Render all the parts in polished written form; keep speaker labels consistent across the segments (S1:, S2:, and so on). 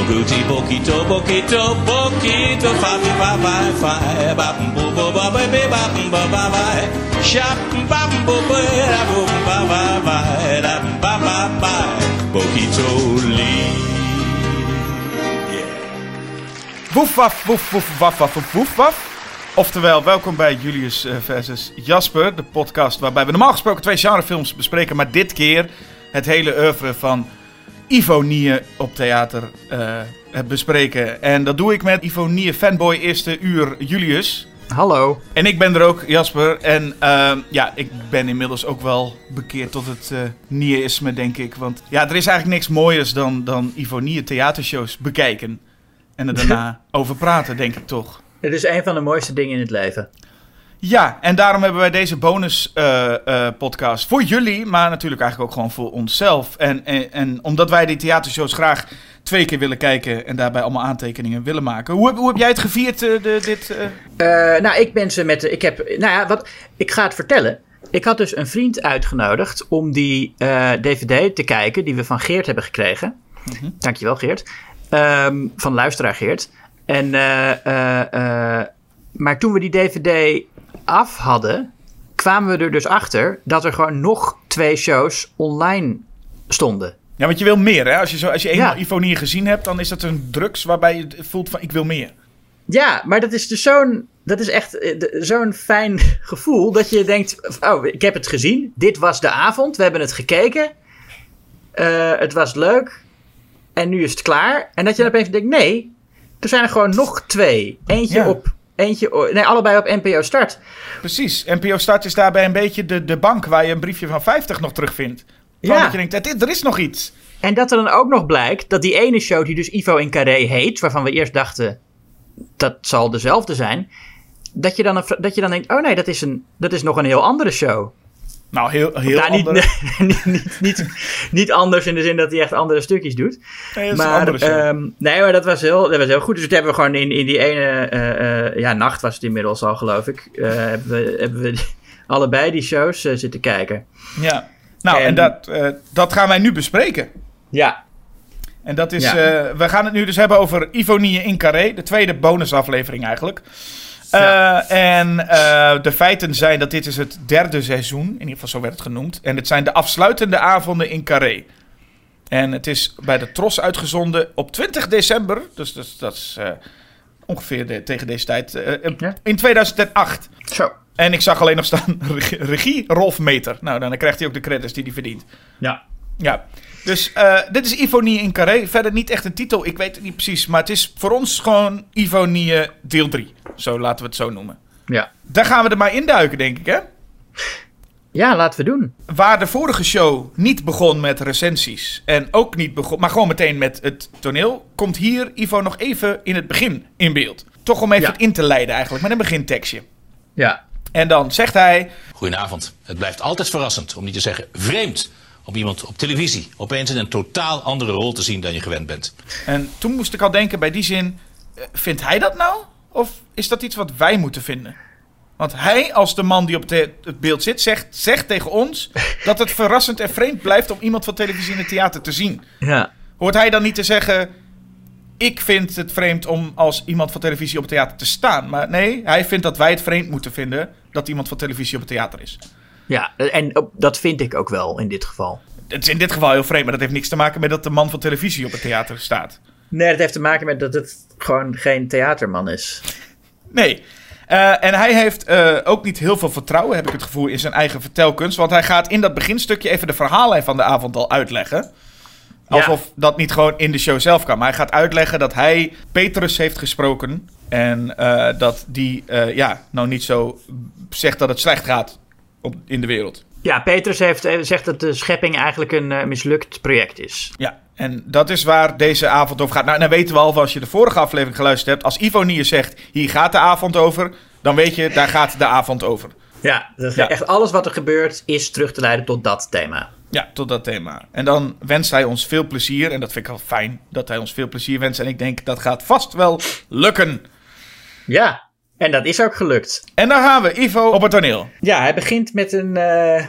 S1: Gucci, boquito, boquito, boquito, fa fa fa fa, bam bo bo ba ba bam ba ba ba, shap bam bo ba ba ba ba ba ba ba, boquito lee.
S2: Woef waf, woef woef waf waf woef woef waf. Oftewel, welkom bij Julius versus Jasper, de podcast waarbij we normaal gesproken 2 genrefilms bespreken, maar dit keer het hele oeuvre van Ivo Niehe op theater bespreken. En dat doe ik met Ivo Niehe fanboy eerste uur Julius.
S3: Hallo.
S2: En ik ben er ook, Jasper. En ik ben inmiddels ook wel bekeerd tot het Nieheïsme, denk ik. Want ja, er is eigenlijk niks mooiers dan Ivo Niehe theatershows bekijken. En er daarna over praten, denk ik toch.
S3: Het is een van de mooiste dingen in het leven.
S2: Ja, en daarom hebben wij deze bonus podcast voor jullie, maar natuurlijk eigenlijk ook gewoon voor onszelf. En omdat wij die theatershows graag 2 keer willen kijken en daarbij allemaal aantekeningen willen maken. Hoe heb jij het gevierd, dit?
S3: Ik ben ze met... Ik ga het vertellen. Ik had dus een vriend uitgenodigd om die DVD te kijken die we van Geert hebben gekregen. Mm-hmm. Dankjewel, Geert. Van luisteraar Geert. En, maar toen we die DVD af hadden, kwamen we er dus achter dat er gewoon nog 2 shows online stonden.
S2: Ja, want je wil meer, hè? Als je eenmaal Ivo Niehe gezien hebt, dan is dat een drugs waarbij je voelt van ik wil meer.
S3: Ja, maar dat is dus zo'n fijn gevoel dat je denkt, oh, ik heb het gezien. Dit was de avond, we hebben het gekeken. Het was leuk. En nu is het klaar. En dat je dan opeens denkt, nee, er zijn er gewoon nog 2. Allebei op NPO Start.
S2: Precies. NPO Start is daarbij een beetje de bank waar je een briefje van 50 nog terugvindt. Dat je denkt, er is nog iets.
S3: En dat er dan ook nog blijkt dat die ene show die dus Ivo in Carré heet, waarvan we eerst dachten, dat zal dezelfde zijn, dat je dan denkt, oh nee, dat is nog een heel andere show.
S2: Nou, heel anders.
S3: Niet anders in de zin dat hij echt andere stukjes doet.
S2: Nee, maar
S3: dat was heel goed. Dus dat hebben we gewoon in die ene nacht was het inmiddels al, geloof ik. Hebben we allebei die shows zitten kijken.
S2: Ja, nou en dat gaan wij nu bespreken. Ja. En dat is, we gaan het nu dus hebben over Ivo Niehe in Carré. De tweede bonusaflevering eigenlijk. De feiten zijn dat dit is het 3e seizoen. In ieder geval zo werd het genoemd. En het zijn de afsluitende avonden in Carré. En het is bij de Tros uitgezonden op 20 december. Dus dat is ongeveer tegen deze tijd. In 2008.
S3: Zo.
S2: En ik zag alleen nog staan regie Rolf Meter. Nou, dan krijgt hij ook de credits die hij verdient. Ja. Dus dit is Ivo Niehe in Carré. Verder niet echt een titel, ik weet het niet precies. Maar het is voor ons gewoon Ivo Niehe deel 3. Zo laten we het zo noemen. Ja. Daar gaan we er maar induiken, denk ik, hè?
S3: Ja, laten we doen.
S2: Waar de vorige show niet begon met recensies en ook niet begon, maar gewoon meteen met het toneel, komt hier Ivo nog even in het begin in beeld. Toch om even het in te leiden eigenlijk, met een begintekstje. Ja. En dan zegt hij:
S1: Goedenavond. Het blijft altijd verrassend, om niet te zeggen vreemd, om iemand op televisie opeens in een totaal andere rol te zien dan je gewend bent.
S2: En toen moest ik al denken bij die zin, vindt hij dat nou? Of is dat iets wat wij moeten vinden? Want hij, als de man die op het beeld zit, zegt tegen ons dat het verrassend en vreemd blijft om iemand van televisie in het theater te zien. Ja. Hoort hij dan niet te zeggen, ik vind het vreemd om als iemand van televisie op het theater te staan? Maar nee, hij vindt dat wij het vreemd moeten vinden dat iemand van televisie op het theater is.
S3: Ja, en dat vind ik ook wel in dit geval.
S2: Het is in dit geval heel vreemd, maar dat heeft niks te maken met dat de man van televisie op het theater staat.
S3: Nee, dat heeft te maken met dat het gewoon geen theaterman is.
S2: Nee. En hij heeft ook niet heel veel vertrouwen, heb ik het gevoel, in zijn eigen vertelkunst. Want hij gaat in dat beginstukje even de verhaallijn van de avond al uitleggen. Alsof dat niet gewoon in de show zelf kan. Maar hij gaat uitleggen dat hij Petrus heeft gesproken. En dat die nou niet zo zegt dat het slecht gaat in de wereld.
S3: Ja, Petrus zegt dat de schepping eigenlijk een mislukt project is.
S2: Ja, en dat is waar deze avond over gaat. Nou, dan weten we al, als je de vorige aflevering geluisterd hebt, als Ivo Niehe zegt, hier gaat de avond over, dan weet je, daar gaat de avond over.
S3: Ja, echt alles wat er gebeurt is terug te leiden tot dat thema.
S2: Ja, tot dat thema. En dan wenst hij ons veel plezier. En dat vind ik wel fijn, dat hij ons veel plezier wenst. En ik denk, dat gaat vast wel lukken.
S3: Ja, en dat is ook gelukt.
S2: En dan gaan we, Ivo, op het toneel.
S3: Ja, hij begint met een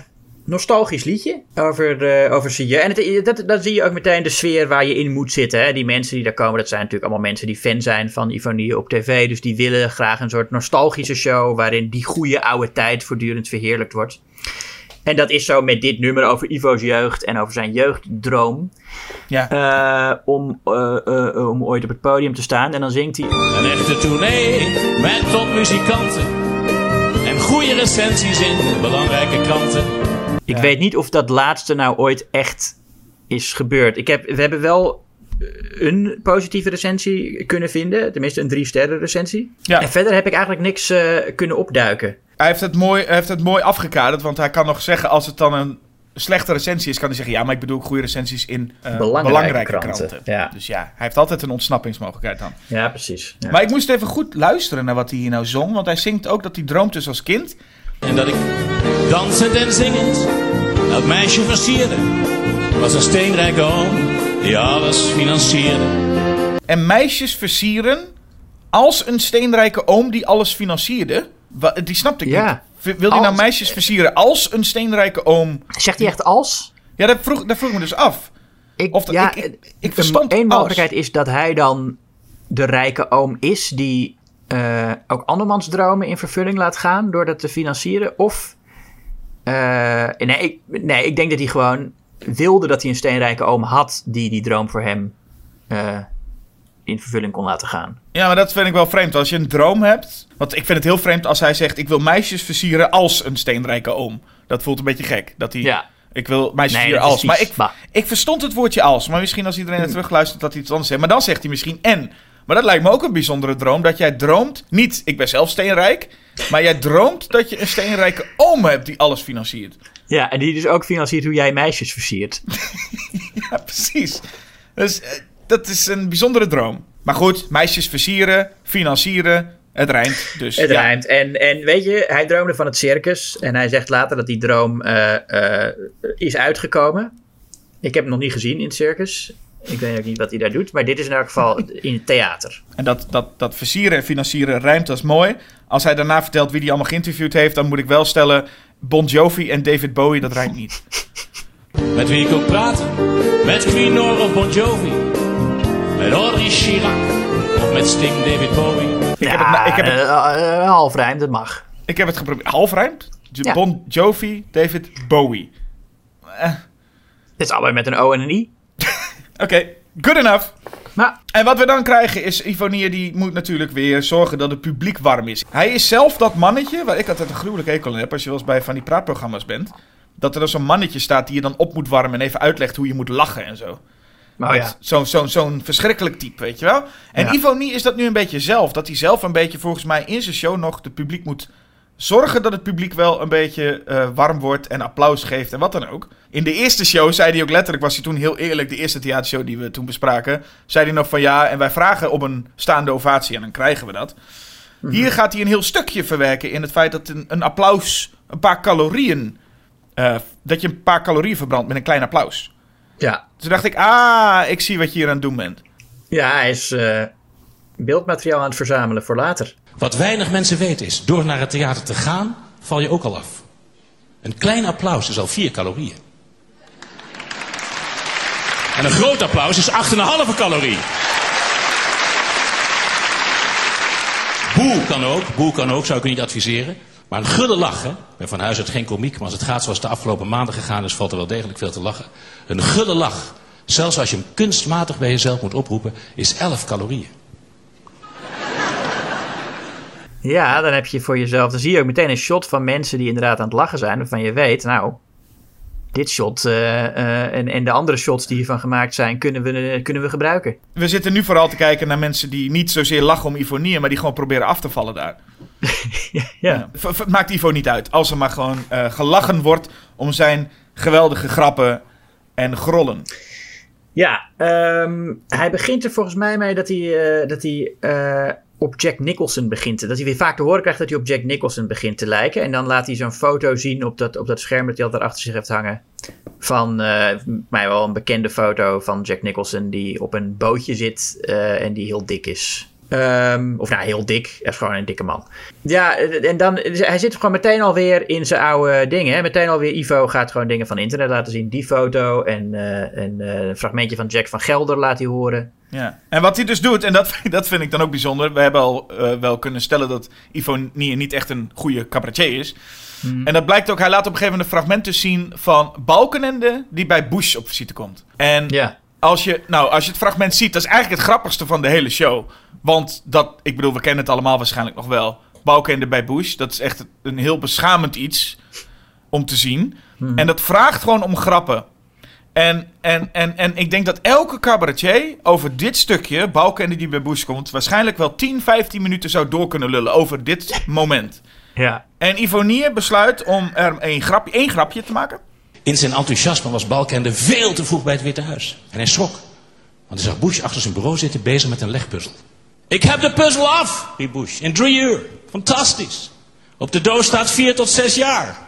S3: nostalgisch liedje over zijn jeugd. En dat zie je ook meteen de sfeer waar je in moet zitten. Hè? Die mensen die daar komen, dat zijn natuurlijk allemaal mensen die fan zijn van Ivonie op tv. Dus die willen graag een soort nostalgische show waarin die goede oude tijd voortdurend verheerlijkt wordt. En dat is zo met dit nummer over Ivo's jeugd en over zijn jeugddroom.
S2: Ja.
S3: Om ooit op het podium te staan. En dan zingt hij...
S1: Een echte tournee met topmuzikanten en goede recensies in belangrijke kranten.
S3: Ik weet niet of dat laatste nou ooit echt is gebeurd. We hebben wel een positieve recensie kunnen vinden. Tenminste een 3-sterren recensie.
S2: Ja.
S3: En verder heb ik eigenlijk niks kunnen opduiken.
S2: Hij heeft het mooi afgekaderd, want hij kan nog zeggen als het dan een slechte recensie is, kan hij zeggen ja, maar ik bedoel goede recensies in belangrijke kranten.
S3: Ja.
S2: Dus ja, hij heeft altijd een ontsnappingsmogelijkheid dan.
S3: Ja, precies. Ja.
S2: Maar ik moest even goed luisteren naar wat hij hier nou zong, want hij zingt ook dat hij droomt dus als kind.
S1: En dat ik dansend en zingend elk meisje versierde, was een steenrijke oom die alles financierde.
S2: En meisjes versieren als een steenrijke oom die alles financierde. Die snapte ik niet. Wil hij nou meisjes versieren als een steenrijke oom?
S3: Zegt hij echt als?
S2: Ja, dat vroeg ik me dus af. Ik verstond
S3: Eén mogelijkheid is dat hij dan de rijke oom is die ook andermans dromen in vervulling laat gaan door dat te financieren. Of ik denk dat hij gewoon wilde dat hij een steenrijke oom had die droom voor hem in vervulling kon laten gaan.
S2: Ja, maar dat vind ik wel vreemd. Als je een droom hebt... Want ik vind het heel vreemd als hij zegt... ik wil meisjes versieren als een steenrijke oom. Dat voelt een beetje gek. Dat hij... Ja. Ik wil meisjes versieren als. Maar ik verstond het woordje als. Maar misschien als iedereen er terugluistert dat hij iets anders zegt. Maar dan zegt hij misschien en. Maar dat lijkt me ook een bijzondere droom. Dat jij droomt... Niet, ik ben zelf steenrijk. Maar jij droomt dat je een steenrijke oom hebt die alles financiert.
S3: Ja, en die dus ook financiert hoe jij meisjes versiert.
S2: Ja, precies. Dus... dat is een bijzondere droom. Maar goed, meisjes versieren, financieren, het rijmt. Dus,
S3: het rijmt. En weet je, hij droomde van het circus. En hij zegt later dat die droom is uitgekomen. Ik heb hem nog niet gezien in het circus. Ik weet ook niet wat hij daar doet. Maar dit is in elk geval in het theater.
S2: En dat versieren en financieren rijmt, dat is mooi. Als hij daarna vertelt wie hij allemaal geïnterviewd heeft... dan moet ik wel stellen, Bon Jovi en David Bowie, dat rijmt niet.
S1: Met wie ik ook praat, met Queen Nor of Bon Jovi... met Audrey Chirac of met Sting, David Bowie.
S3: Ik heb het half rijmt, dat mag.
S2: Ik heb het geprobeerd. Half rijmt?
S3: Ja.
S2: Bon Jovi, David Bowie.
S3: Het is allebei met een O en een I.
S2: Oké, good enough.
S3: Nou.
S2: En wat we dan krijgen is... Ivonie die moet natuurlijk weer zorgen dat het publiek warm is. Hij is zelf dat mannetje... waar ik altijd een gruwelijke hekel aan heb... als je wel eens bij van die praatprogramma's bent... dat er dan zo'n mannetje staat die je dan op moet warmen... en even uitlegt hoe je moet lachen en zo.
S3: Oh, ja.
S2: Zo'n verschrikkelijk type, weet je wel? En Ivonie is dat nu een beetje zelf. Dat hij zelf een beetje volgens mij in zijn show nog het publiek moet zorgen dat het publiek wel een beetje warm wordt en applaus geeft en wat dan ook. In de eerste show zei hij ook letterlijk, was hij toen heel eerlijk, de eerste theatershow die we toen bespraken, zei hij nog van ja, en wij vragen op een staande ovatie en dan krijgen we dat. Mm-hmm. Hier gaat hij een heel stukje verwerken in het feit dat een applaus een paar calorieën, dat je een paar calorieën verbrandt met een klein applaus.
S3: Ja.
S2: Toen dacht ik, ik zie wat je hier aan het doen bent.
S3: Ja, hij is beeldmateriaal aan het verzamelen voor later.
S1: Wat weinig mensen weten is, door naar het theater te gaan, val je ook al af. Een klein applaus is al 4 calorieën. En een groot applaus is 8,5 calorie. Boe kan ook, zou ik u niet adviseren. Maar een gulle lach, hè? Ik ben van huis uit geen komiek, maar als het gaat zoals de afgelopen maanden gegaan is, valt er wel degelijk veel te lachen. Een gulle lach, zelfs als je hem kunstmatig bij jezelf moet oproepen, is 11 calorieën.
S3: Ja, dan heb je voor jezelf, dan zie je ook meteen een shot van mensen die inderdaad aan het lachen zijn, waarvan je weet, nou, dit shot en de andere shots die hiervan gemaakt zijn, kunnen we gebruiken.
S2: We zitten nu vooral te kijken naar mensen die niet zozeer lachen om Ivonie, maar die gewoon proberen af te vallen daar.
S3: Ja.
S2: Het maakt Ivo niet uit. Als er maar gewoon gelachen wordt om zijn geweldige grappen en grollen.
S3: Ja, hij begint er volgens mij mee dat hij op Jack Nicholson begint. Dat hij weer vaak te horen krijgt dat hij op Jack Nicholson begint te lijken. En dan laat hij zo'n foto zien op dat scherm dat hij altijd achter zich heeft hangen. Van mij wel een bekende foto van Jack Nicholson die op een bootje zit en die heel dik is. Of nou, heel dik. Hij is gewoon een dikke man. Ja, en dan... Hij zit gewoon meteen alweer in zijn oude dingen. Hè? Meteen alweer Ivo gaat gewoon dingen van internet laten zien. Die foto en een fragmentje van Jack van Gelder laat hij horen.
S2: Ja. En wat hij dus doet, en dat vind ik dan ook bijzonder. We hebben al wel kunnen stellen dat Ivo niet echt een goede cabaretier is. En dat blijkt ook. Hij laat op een gegeven moment een fragment dus zien van Balkenende die bij Bush op visite komt. En
S3: Ja.
S2: als je het fragment ziet, dat is eigenlijk het grappigste van de hele show. Want ik bedoel, we kennen het allemaal waarschijnlijk nog wel. Balkenende bij Bush, dat is echt een heel beschamend iets om te zien. En dat vraagt gewoon om grappen. En ik denk dat elke cabaretier over dit stukje, Balkenende die bij Bush komt, waarschijnlijk wel 10, 15 minuten zou door kunnen lullen over dit moment.
S3: Ja.
S2: En Ivonie besluit om er één grapje te maken.
S1: In zijn enthousiasme was Balkenende veel te vroeg bij het Witte Huis. En hij schrok. Want hij zag Bush achter zijn bureau zitten bezig met een legpuzzel. Ik heb de puzzel af, riep Bush. In 3 uur. Fantastisch. Op de doos staat 4 tot 6 jaar.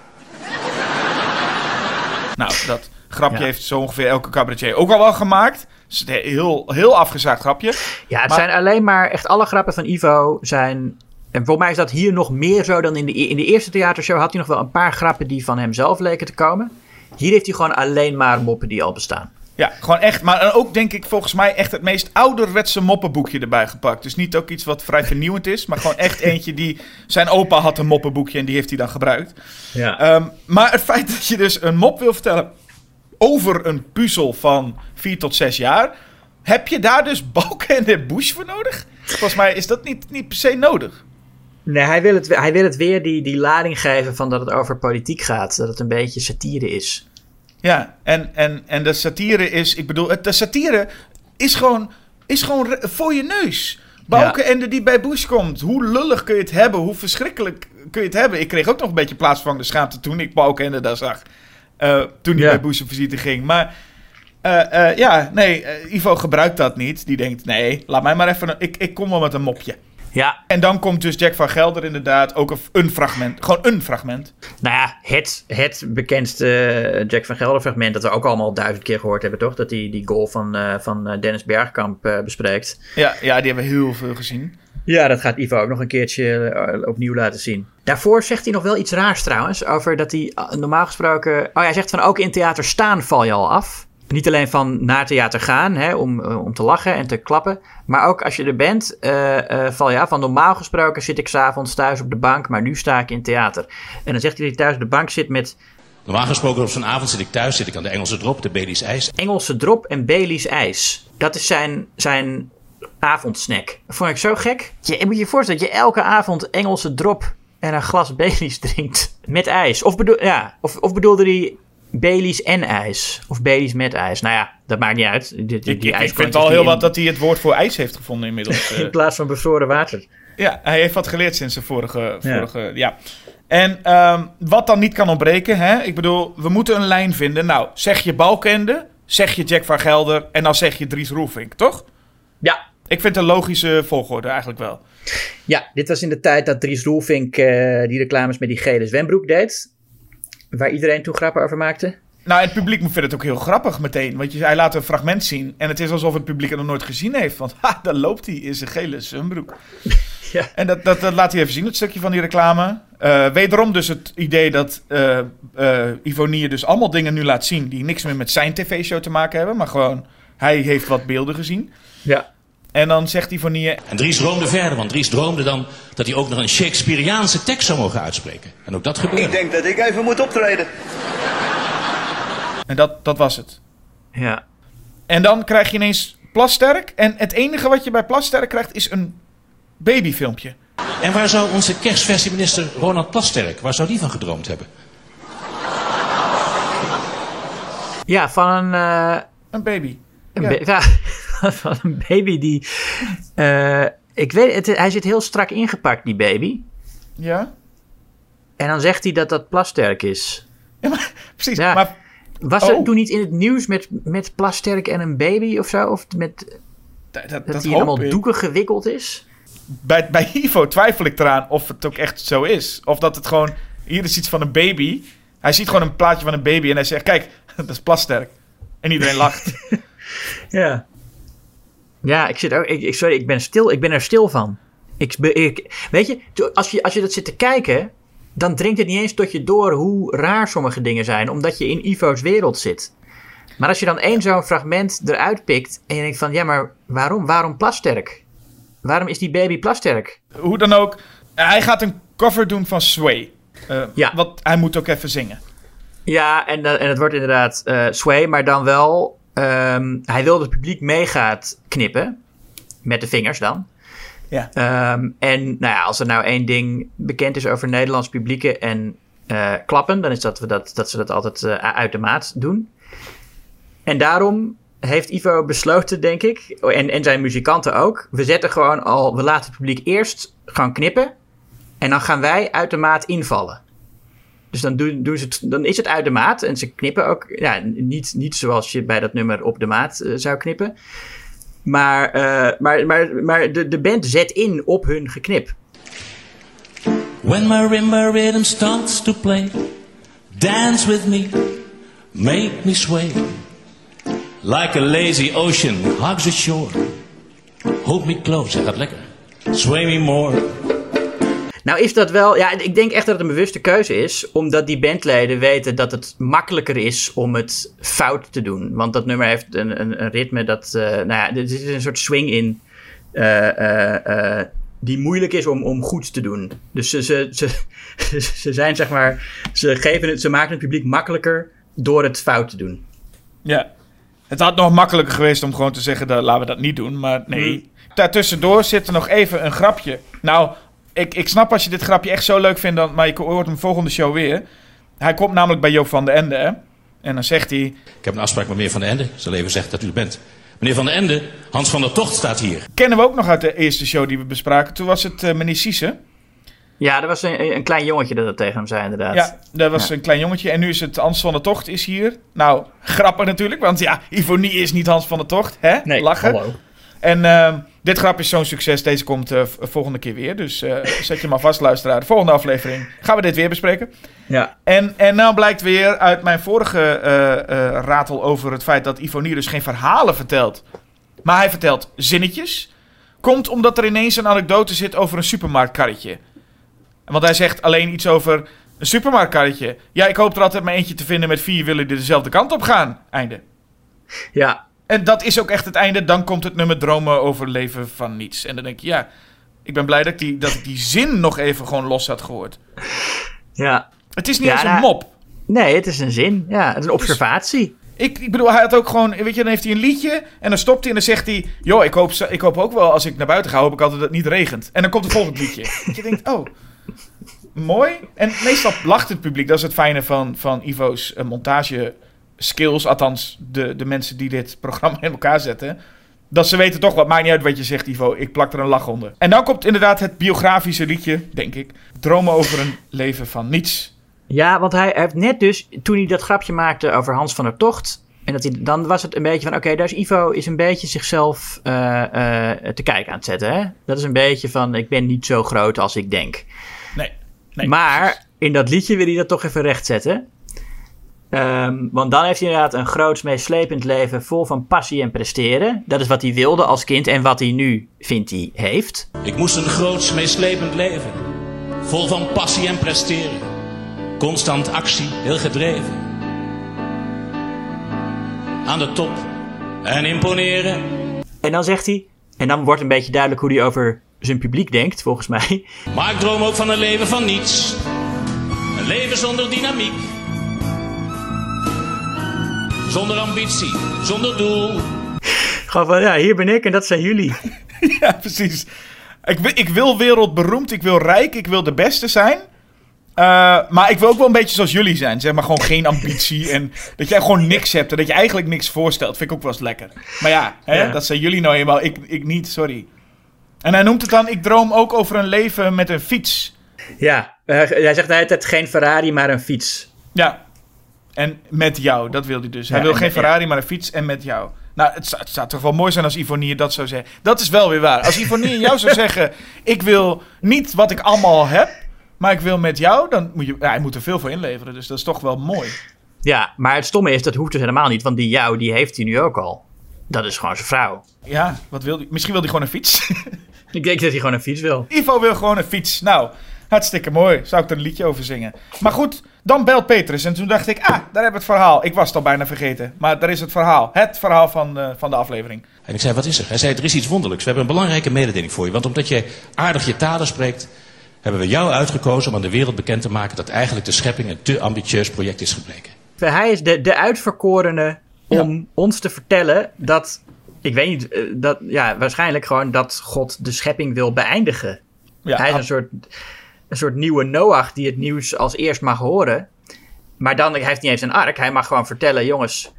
S2: Nou, dat grapje heeft zo ongeveer elke cabaretier ook al wel gemaakt. Het is een heel afgezaagd grapje.
S3: Ja, het zijn alleen maar echt alle grappen van Ivo zijn... En volgens mij is dat hier nog meer zo dan in de eerste theatershow. Had hij nog wel een paar grappen die van hemzelf leken te komen. Hier heeft hij gewoon alleen maar moppen die al bestaan.
S2: Ja, gewoon echt. Maar ook denk ik volgens mij echt het meest ouderwetse moppenboekje erbij gepakt. Dus niet ook iets wat vrij vernieuwend is. Maar gewoon echt eentje die... Zijn opa had een moppenboekje en die heeft hij dan gebruikt.
S3: Ja.
S2: Maar het feit dat je dus een mop wil vertellen over een puzzel van 4 tot 6 jaar... Heb je daar dus Balkenende Bush voor nodig? Volgens mij is dat niet per se nodig.
S3: Nee, hij wil het weer die lading geven van dat het over politiek gaat. Dat het een beetje satire is.
S2: Ja, en de satire is... Ik bedoel, de satire is gewoon voor je neus. Balkenende die bij Bush komt. Hoe lullig kun je het hebben? Hoe verschrikkelijk kun je het hebben? Ik kreeg ook nog een beetje plaatsvervangende schaamte toen ik Balkenende daar zag. Toen hij bij Bush op visite ging. Maar Ivo gebruikt dat niet. Die denkt, nee, laat mij maar even... Ik kom wel met een mopje.
S3: Ja.
S2: En dan komt dus Jack van Gelder inderdaad ook een fragment. Gewoon een fragment.
S3: Nou ja, het bekendste Jack van Gelder fragment... dat we ook allemaal 1000 keer gehoord hebben, toch? Dat hij die goal van Dennis Bergkamp bespreekt.
S2: Ja, die hebben we heel veel gezien.
S3: Ja, dat gaat Ivo ook nog een keertje opnieuw laten zien. Daarvoor zegt hij nog wel iets raars trouwens. Over dat hij normaal gesproken... Oh, hij zegt van ook in theater staan val je al af. Niet alleen van naar theater gaan, hè, om te lachen en te klappen. Maar ook als je er bent, val je af. Van normaal gesproken zit ik 's avonds thuis op de bank, maar nu sta ik in theater. En dan zegt hij dat hij thuis op de bank zit met...
S1: Normaal gesproken op zo'n avond zit ik thuis, zit ik aan de Engelse drop, de Baileys ijs.
S3: Engelse drop en Baileys ijs. Dat is zijn avondsnack. Dat vond ik zo gek. Je moet je voorstellen dat je elke avond Engelse drop en een glas Baileys drinkt met ijs. Of bedoelde hij... Baileys en ijs. Of Baileys met ijs. Nou ja, dat maakt niet uit.
S2: Ik vind al heel wat dat hij het woord voor ijs heeft gevonden inmiddels.
S3: In plaats van bevroren water.
S2: Ja, hij heeft wat geleerd sinds zijn vorige. Ja. En wat dan niet kan ontbreken, hè? Ik bedoel, we moeten een lijn vinden. Nou, zeg je Balkenende, zeg je Jack van Gelder en dan zeg je Dries Roelvink, toch?
S3: Ja.
S2: Ik vind een logische volgorde eigenlijk wel.
S3: Ja, dit was in de tijd dat Dries Roelvink die reclames met die gele zwembroek deed. Waar iedereen toen grappen over maakte.
S2: Nou, het publiek vindt het ook heel grappig meteen. Want hij laat een fragment zien. En het is alsof het publiek het nog nooit gezien heeft. Want daar loopt hij in zijn gele zwembroek. Ja. En dat laat hij even zien, het stukje van die reclame. Wederom dus het idee dat Ivonie dus allemaal dingen nu laat zien... die niks meer met zijn tv-show te maken hebben. Maar gewoon, hij heeft wat beelden gezien. Ja. En dan zegt Ivonie...
S1: En Dries droomde verder, want Dries droomde dan... dat hij ook nog een Shakespeareaanse tekst zou mogen uitspreken. En ook dat gebeurde.
S4: Ik denk dat ik even moet optreden.
S2: En dat was het.
S3: Ja.
S2: En dan krijg je ineens Plasterk. En het enige wat je bij Plasterk krijgt is een babyfilmpje.
S1: En waar zou onze kerstversieminister Ronald Plasterk... waar zou die van gedroomd hebben?
S3: Ja, van
S2: een baby.
S3: Van een baby die... ik weet het, hij zit heel strak ingepakt, die baby.
S2: Ja.
S3: En dan zegt hij dat dat Plasterk is.
S2: Ja, maar, precies. Ja. Maar,
S3: was er toen niet in het nieuws met Plasterk en een baby of zo? Of met dat hij allemaal doeken gewikkeld is?
S2: Bij Ivo twijfel ik eraan of het ook echt zo is. Of dat het gewoon... Hier is iets van een baby. Hij ziet gewoon een plaatje van een baby en hij zegt... Kijk, dat is Plasterk. En iedereen lacht.
S3: Ja. Ja, ik zit ook. Sorry, ik ben er stil van. Weet je, als je dat zit te kijken, dan dringt het niet eens tot je door hoe raar sommige dingen zijn, omdat je in Ivo's wereld zit. Maar als je dan één zo'n fragment eruit pikt en je denkt van, ja, maar waarom? Waarom Plasterk? Waarom is die baby Plasterk?
S2: Hoe dan ook, hij gaat een cover doen van Sway.
S3: Ja.
S2: Want hij moet ook even zingen.
S3: Ja, en het wordt inderdaad Sway, maar dan wel, hij wil dat het publiek mee gaat knippen, met de vingers dan.
S2: Ja.
S3: En nou ja, als er nou één ding bekend is over Nederlands publieken en klappen, dan is dat ze dat altijd uit de maat doen. En daarom heeft Ivo besloten, denk ik, en zijn muzikanten ook, we laten het publiek eerst gewoon knippen en dan gaan wij uit de maat invallen. Dus dan is het uit de maat en ze knippen ook, ja, niet zoals je bij dat nummer op de maat zou knippen. Maar de band zet in op hun geknip.
S1: When marimba rhythm starts to play, dance with me, make me sway. Like a lazy ocean hugs the shore. Hold me close, hij gaat lekker. Sway me more.
S3: Nou is dat wel, ja, ik denk echt dat het een bewuste keuze is, omdat die bandleden weten dat het makkelijker is om het fout te doen. Want dat nummer heeft een ritme dat, er zit een soort swing in, die moeilijk is om goed te doen. Dus ze zijn, zeg maar, ze maken het publiek makkelijker door het fout te doen.
S2: Ja, het had nog makkelijker geweest om gewoon te zeggen, laten we dat niet doen, maar nee. Daartussendoor zit er nog even een grapje. Nou, ik snap als je dit grapje echt zo leuk vindt, maar je hoort hem volgende show weer. Hij komt namelijk bij Joop van den Ende, hè? En dan zegt hij...
S1: Ik heb een afspraak met meneer Van den Ende. Ik zal even zeggen dat u er bent. Meneer Van den Ende, Hans van der Tocht staat hier.
S2: Kennen we ook nog uit de eerste show die we bespraken. Toen was het meneer Siese.
S3: Ja, er was een klein jongetje dat tegen hem zei, inderdaad.
S2: Ja, dat was een klein jongetje. En nu is het Hans van der Tocht is hier. Nou, grappig natuurlijk, want ja, Ivonie is niet Hans van der Tocht, hè?
S3: Nee,
S2: lachen.
S3: hallo.
S2: En dit grap is zo'n succes. Deze komt volgende keer weer. Dus zet je maar vast, luisteraar. De volgende aflevering gaan we dit weer bespreken.
S3: Ja.
S2: En nou blijkt weer uit mijn vorige ratel over het feit dat Ivonie dus geen verhalen vertelt. Maar hij vertelt zinnetjes. Komt omdat er ineens een anekdote zit over een supermarktkarretje. Want hij zegt alleen iets over een supermarktkarretje. Ja, ik hoop er altijd maar eentje te vinden met 4 willen die dezelfde kant op gaan. Einde.
S3: Ja.
S2: En dat is ook echt het einde. Dan komt het nummer Dromen over leven van niets. En dan denk je, ja, ik ben blij dat ik die zin nog even gewoon los had gehoord.
S3: Ja.
S2: Het is niet eens een mop.
S3: Nee, het is een zin. Ja, het is een observatie.
S2: Ik bedoel, hij had ook gewoon, weet je, dan heeft hij een liedje en dan stopt hij en dan zegt hij, joh, ik hoop ook wel als ik naar buiten ga, hoop ik altijd dat het niet regent. En dan komt het volgende liedje. Dat je denkt, oh, mooi. En meestal lacht het publiek. Dat is het fijne van Ivo's montage skills, althans de mensen die dit programma in elkaar zetten. Dat ze weten toch wat, maakt niet uit wat je zegt, Ivo, ik plak er een lach onder. En dan komt inderdaad het biografische liedje, denk ik. Dromen over een leven van niets.
S3: Ja, want hij heeft net dus, toen hij dat grapje maakte over Hans van der Tocht, en dan was het een beetje van, oké, daar is Ivo is een beetje zichzelf te kijken aan het zetten. Hè? Dat is een beetje van, ik ben niet zo groot als ik denk. Nee, maar precies. In dat liedje wil hij dat toch even rechtzetten. Want dan heeft hij inderdaad een groots meeslepend leven vol van passie en presteren. Dat is wat hij wilde als kind en wat hij nu, vindt hij, heeft.
S1: Ik moest een groots meeslepend leven, vol van passie en presteren. Constant actie, heel gedreven. Aan de top en imponeren.
S3: En dan zegt hij, en dan wordt een beetje duidelijk hoe hij over zijn publiek denkt, volgens mij.
S1: Maar ik droom ook van een leven van niets. Een leven zonder dynamiek. Zonder ambitie, zonder doel.
S3: Gewoon van, ja, hier ben ik en dat zijn jullie.
S2: Ja, precies. Ik wil wereldberoemd, ik wil rijk, ik wil de beste zijn. Maar ik wil ook wel een beetje zoals jullie zijn. Zeg maar gewoon geen ambitie. En dat jij gewoon niks hebt en dat je eigenlijk niks voorstelt. Vind ik ook wel eens lekker. Maar ja, hè, dat zijn jullie nou eenmaal. Ik niet, sorry. En hij noemt het dan, ik droom ook over een leven met een fiets.
S3: Ja, hij zegt altijd geen Ferrari, maar een fiets.
S2: Ja, en met jou, dat wil hij dus. Hij wil geen Ferrari, maar een fiets en met jou. Nou, het zou toch wel mooi zijn als Ivonie dat zou zeggen. Dat is wel weer waar. Als Ivonie jou zou zeggen, ik wil niet wat ik allemaal heb, maar ik wil met jou, dan moet hij moet er veel voor inleveren. Dus dat is toch wel mooi.
S3: Ja, maar het stomme is, dat hoeft dus helemaal niet. Want die jou, die heeft hij nu ook al. dat is gewoon zijn vrouw.
S2: Ja, wat wil hij? Misschien wil hij gewoon een fiets.
S3: Ik denk dat hij gewoon een fiets wil.
S2: Ivo wil gewoon een fiets. Nou, hartstikke mooi. Zou ik er een liedje over zingen. Maar goed, dan belt Petrus. En toen dacht ik, daar hebben we het verhaal. Ik was het al bijna vergeten. Maar daar is het verhaal. Het verhaal van de aflevering.
S1: En ik zei, wat is er? Hij zei, er is iets wonderlijks. We hebben een belangrijke mededeling voor je. Want omdat jij aardig je talen spreekt, hebben we jou uitgekozen om aan de wereld bekend te maken dat eigenlijk de schepping een te ambitieus project is gebleken.
S3: Hij is de uitverkorene om ons te vertellen dat, ik weet niet, waarschijnlijk gewoon dat God de schepping wil beëindigen.
S2: Ja,
S3: Hij is een soort nieuwe Noach die het nieuws als eerst mag horen. Maar dan, hij heeft niet eens een ark. Hij mag gewoon vertellen, jongens,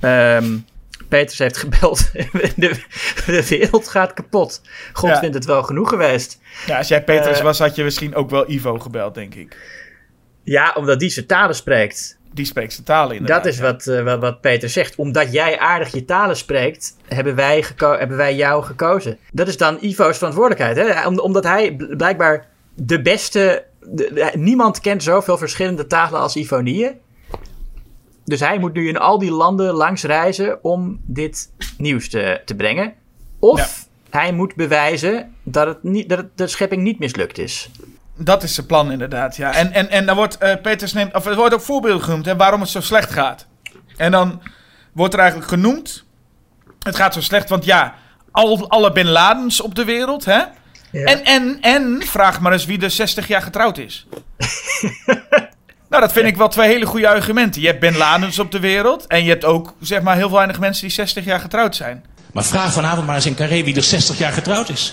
S3: Petrus heeft gebeld. de wereld gaat kapot. God vindt het wel genoeg geweest.
S2: Ja, als jij Petrus was, had je misschien ook wel Ivo gebeld, denk ik.
S3: Ja, omdat die zijn talen spreekt.
S2: Die spreekt zijn talen inderdaad.
S3: Dat is wat Peter zegt. Omdat jij aardig je talen spreekt, hebben wij jou gekozen. Dat is dan Ivo's verantwoordelijkheid. Hè? Omdat hij blijkbaar de beste... niemand kent zoveel verschillende talen als Ivonieën. Dus hij moet nu in al die landen langs reizen om dit nieuws te brengen. Of hij moet bewijzen dat de schepping niet mislukt is.
S2: Dat is zijn plan inderdaad, ja. En dan wordt er wordt ook voorbeelden genoemd, hè, waarom het zo slecht gaat. En dan wordt er eigenlijk genoemd, het gaat zo slecht, want alle Bin Ladens op de wereld, hè. Ja. En vraag maar eens wie er 60 jaar getrouwd is. Nou, dat vind ik wel 2 hele goede argumenten. Je hebt Bin Ladens op de wereld en je hebt ook, zeg maar, heel weinig mensen die 60 jaar getrouwd zijn.
S1: Maar vraag vanavond maar eens in Carré wie er 60 jaar getrouwd is.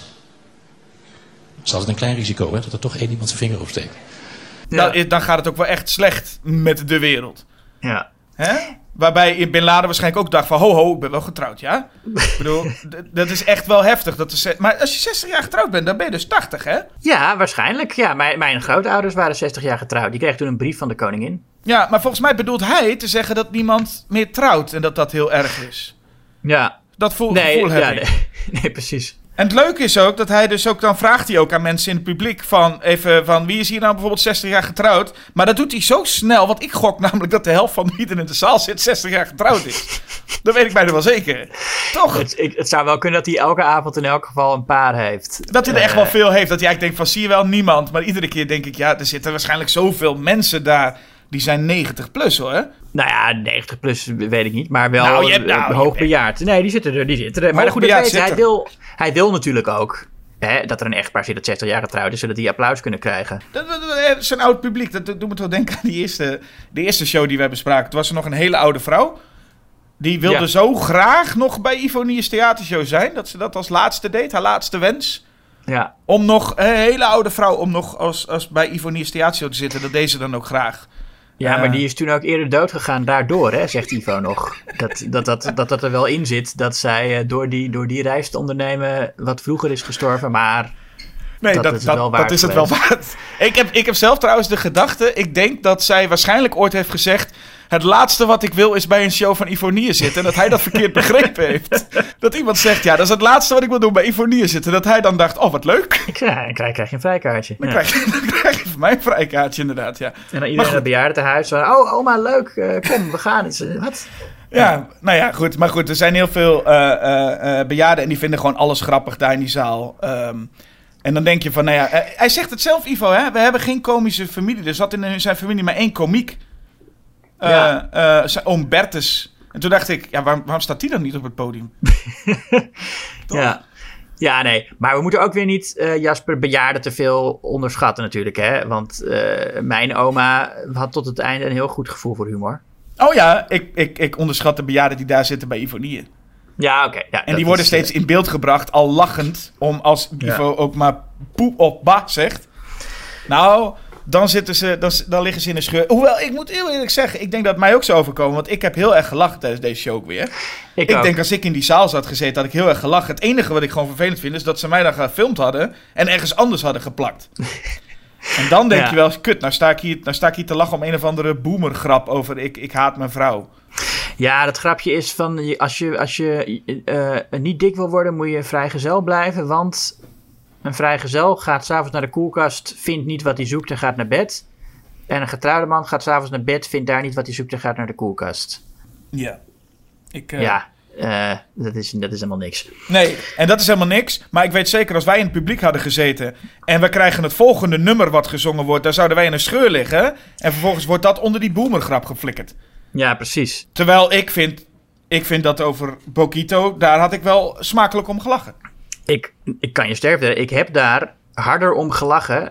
S1: Dat is altijd een klein risico, hè, dat er toch één iemand zijn vinger opsteekt.
S2: Ja. Dan gaat het ook wel echt slecht met de wereld.
S3: Ja.
S2: Hè? Waarbij Bin Laden waarschijnlijk ook dacht van... Ho, ik ben wel getrouwd, ja? Ik bedoel, dat is echt wel heftig. Maar als je 60 jaar getrouwd bent, dan ben je dus 80, hè?
S3: Ja, waarschijnlijk. Ja, mijn grootouders waren 60 jaar getrouwd. Die kregen toen een brief van de koningin.
S2: Ja, maar volgens mij bedoelt hij te zeggen dat niemand meer trouwt... en dat heel erg is.
S3: Ja.
S2: Dat gevoel heb ik.
S3: Nee, precies.
S2: En het leuke is ook dat hij dus ook... dan vraagt hij ook aan mensen in het publiek van wie is hier nou bijvoorbeeld 60 jaar getrouwd? Maar dat doet hij zo snel, want ik gok namelijk dat de helft van wie er in de zaal zit 60 jaar getrouwd is. Dat weet ik bijna wel zeker. Toch?
S3: Het zou wel kunnen dat hij elke avond in elk geval een paar heeft.
S2: Dat hij er echt wel veel heeft. Dat hij eigenlijk denkt van zie je wel niemand. Maar iedere keer denk ik er zitten waarschijnlijk zoveel mensen daar... Die zijn 90 plus hoor.
S3: Nou ja, 90 plus weet ik niet. Maar wel hoogbejaard. Nee, die zitten er. Maar goed, hij wil natuurlijk ook dat er een echtpaar zit dat 60 jaar getrouwd is. Zodat die applaus kunnen krijgen.
S2: Dat is een oud publiek. Dat doet me toch denken aan de eerste show die we bespraken. Toen was er nog een hele oude vrouw. Die wilde zo graag nog bij Ivonius Theatershow zijn. Dat ze dat als laatste deed. Haar laatste wens.
S3: Ja. Om
S2: nog, een hele oude vrouw, om nog als bij Ivonius Theatershow te zitten. Dat deed ze dan ook graag.
S3: Ja, maar die is toen ook eerder dood gegaan daardoor, hè, zegt Ivo nog. Dat er wel in zit dat zij door die reis te ondernemen wat vroeger is gestorven, maar
S2: nee, dat is het wel waard. Ik heb zelf trouwens de gedachte, ik denk dat zij waarschijnlijk ooit heeft gezegd... Het laatste wat ik wil is bij een show van Ivonie zitten. En dat hij dat verkeerd begrepen heeft. Dat iemand zegt, dat is het laatste wat ik wil doen bij Ivonie zitten. Dat hij dan dacht, wat leuk.
S3: Dan krijg je een vrijkaartje.
S2: Dan krijg je van mij een vrijkaartje inderdaad, ja.
S3: En dan iedereen in het bejaardentehuis. Oh, oma, leuk. Kom, we gaan. Wat?
S2: Ja, nou ja, goed. Maar goed, er zijn heel veel bejaarden en die vinden gewoon alles grappig daar in die zaal. En dan denk je van, hij zegt het zelf, Ivo, hè. We hebben geen komische familie. Er zat in zijn familie maar 1 komiek. Zijn oom Bertus. En toen dacht ik, waarom staat die dan niet op het podium?
S3: Ja, nee. Maar we moeten ook weer niet, Jasper, bejaarden te veel onderschatten natuurlijk, hè. Want mijn oma had tot het einde een heel goed gevoel voor humor.
S2: Oh ja, ik onderschat de bejaarden die daar zitten bij Ivonie.
S3: Ja, oké. Ja,
S2: en die worden steeds in beeld gebracht, al lachend, om als Ivo ook maar poep op ba zegt. Nou... Dan liggen ze in een scheur. Hoewel, ik moet heel eerlijk zeggen, ik denk dat het mij ook zou overkomen. Want ik heb heel erg gelachen tijdens deze show ook weer. Ik denk als ik in die zaal zat gezeten, had ik heel erg gelachen. Het enige wat ik gewoon vervelend vind, is dat ze mij dan gefilmd hadden en ergens anders hadden geplakt. En dan denk je wel, kut, nou sta ik hier te lachen om een of andere boomergrap over ik haat mijn vrouw.
S3: Ja, dat grapje is van, als je niet dik wil worden, moet je vrijgezel blijven, want... Een vrijgezel gaat 's avonds naar de koelkast, vindt niet wat hij zoekt en gaat naar bed. En een getrouwde man gaat 's avonds naar bed, vindt daar niet wat hij zoekt en gaat naar de koelkast.
S2: Ja.
S3: dat is helemaal niks.
S2: Nee, en dat is helemaal niks. Maar ik weet zeker, als wij in het publiek hadden gezeten en we krijgen het volgende nummer wat gezongen wordt, dan zouden wij in een scheur liggen. En vervolgens wordt dat onder die boomergrap geflikkerd.
S3: Ja, precies.
S2: Terwijl ik vind dat over Boquito, daar had ik wel smakelijk om gelachen.
S3: Ik kan je sterven. Ik heb daar harder om gelachen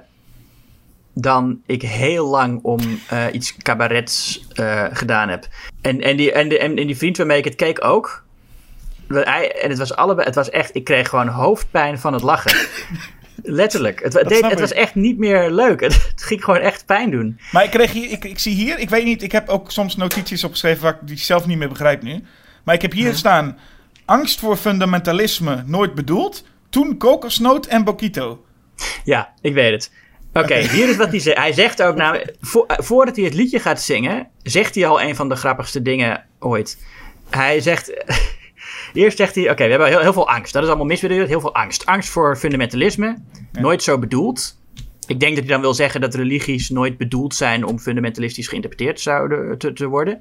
S3: dan ik heel lang om iets cabarets gedaan heb. En die vriend waarmee ik het keek ook. En het was allebei. Het was echt. Ik kreeg gewoon hoofdpijn van het lachen. Letterlijk. Het was echt niet meer leuk. Het ging gewoon echt pijn doen.
S2: Maar ik zie hier. Ik weet niet. Ik heb ook soms notities opgeschreven waar ik die zelf niet meer begrijp nu. Maar ik heb hier staan: angst voor fundamentalisme nooit bedoeld. Toen kokosnoot en Boquito.
S3: Ja, ik weet het. Oké, hier is wat hij zegt. Hij zegt ook, voordat hij het liedje gaat zingen, zegt hij al een van de grappigste dingen ooit. Hij zegt, eerst zegt hij, oké, we hebben heel veel angst. Dat is allemaal misbedoeld, heel veel angst. Angst voor fundamentalisme, nooit zo bedoeld. Ik denk dat hij dan wil zeggen dat religies nooit bedoeld zijn om fundamentalistisch geïnterpreteerd zouden te worden.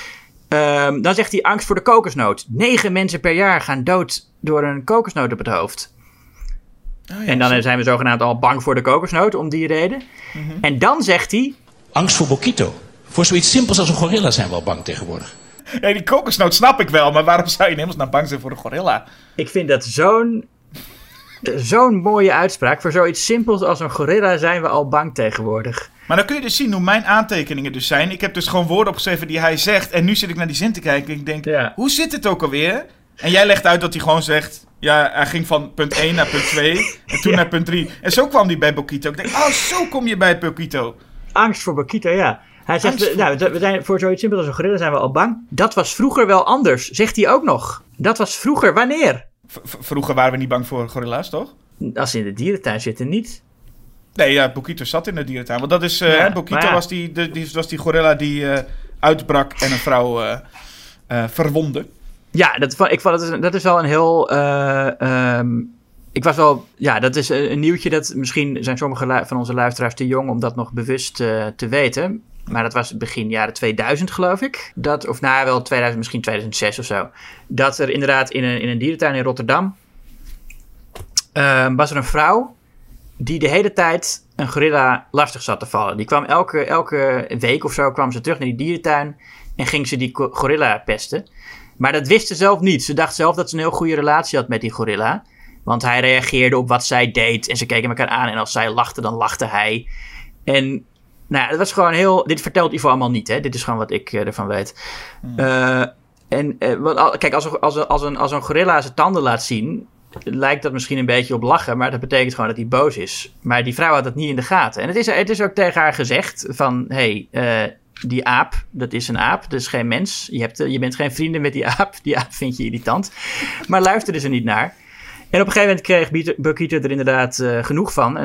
S3: Dan zegt hij angst voor de kokosnoot. 9 mensen per jaar gaan dood door een kokosnoot op het hoofd. Oh ja, en dan zijn we zogenaamd al bang voor de kokosnoot om die reden. Mm-hmm. En dan zegt hij...
S1: angst voor Boquito. Voor zoiets simpels als een gorilla zijn we al bang tegenwoordig.
S2: Ja, die kokosnoot snap ik wel, maar waarom zou je in hemelsnaam bang zijn voor een gorilla?
S3: Ik vind dat zo'n mooie uitspraak. Voor zoiets simpels als een gorilla zijn we al bang tegenwoordig.
S2: Maar dan kun je dus zien hoe mijn aantekeningen dus zijn. Ik heb dus gewoon woorden opgeschreven die hij zegt. En nu zit ik naar die zin te kijken en ik denk, hoe zit het ook alweer? En jij legt uit dat hij gewoon zegt... ja, hij ging van punt 1 naar punt 2 en toen naar punt 3. En zo kwam hij bij Boquito. Ik denk, zo kom je bij Boquito.
S3: Angst voor Boquito, ja. Hij zegt, we zijn voor zoiets simpels als een gorilla zijn we al bang. Dat was vroeger wel anders, zegt hij ook nog. Dat was vroeger, wanneer?
S2: Vroeger waren we niet bang voor gorilla's, toch?
S3: Als ze in de dierentuin zitten, niet.
S2: Nee, ja, Boquito zat in de dierentuin. Want dat is, Boquito was die gorilla die uitbrak en een vrouw verwondde.
S3: Ja, dat is wel een heel... ik was wel... Ja, dat is een nieuwtje dat... Misschien zijn sommige van onze luisteraars te jong om dat nog bewust te weten. Maar dat was begin jaren 2000, geloof ik. Wel 2000, misschien 2006 of zo. Dat er inderdaad in een dierentuin in Rotterdam... was er een vrouw die de hele tijd een gorilla lastig zat te vallen. Die kwam elke week of zo kwam ze terug naar die dierentuin... en ging ze die gorilla pesten... Maar dat wist ze zelf niet. Ze dacht zelf dat ze een heel goede relatie had met die gorilla. Want hij reageerde op wat zij deed. En ze keken elkaar aan. En als zij lachte, dan lachte hij. En het was gewoon heel... Dit vertelt Ivo allemaal niet, hè. Dit is gewoon wat ik ervan weet. Kijk, als een gorilla zijn tanden laat zien... lijkt dat misschien een beetje op lachen. Maar dat betekent gewoon dat hij boos is. Maar die vrouw had dat niet in de gaten. En het is ook tegen haar gezegd van... die aap, dat is een aap, dat is geen mens. Je bent geen vrienden met die aap. Die aap vind je irritant. Maar luisterde ze niet naar. En op een gegeven moment kreeg Boquito er inderdaad genoeg van. En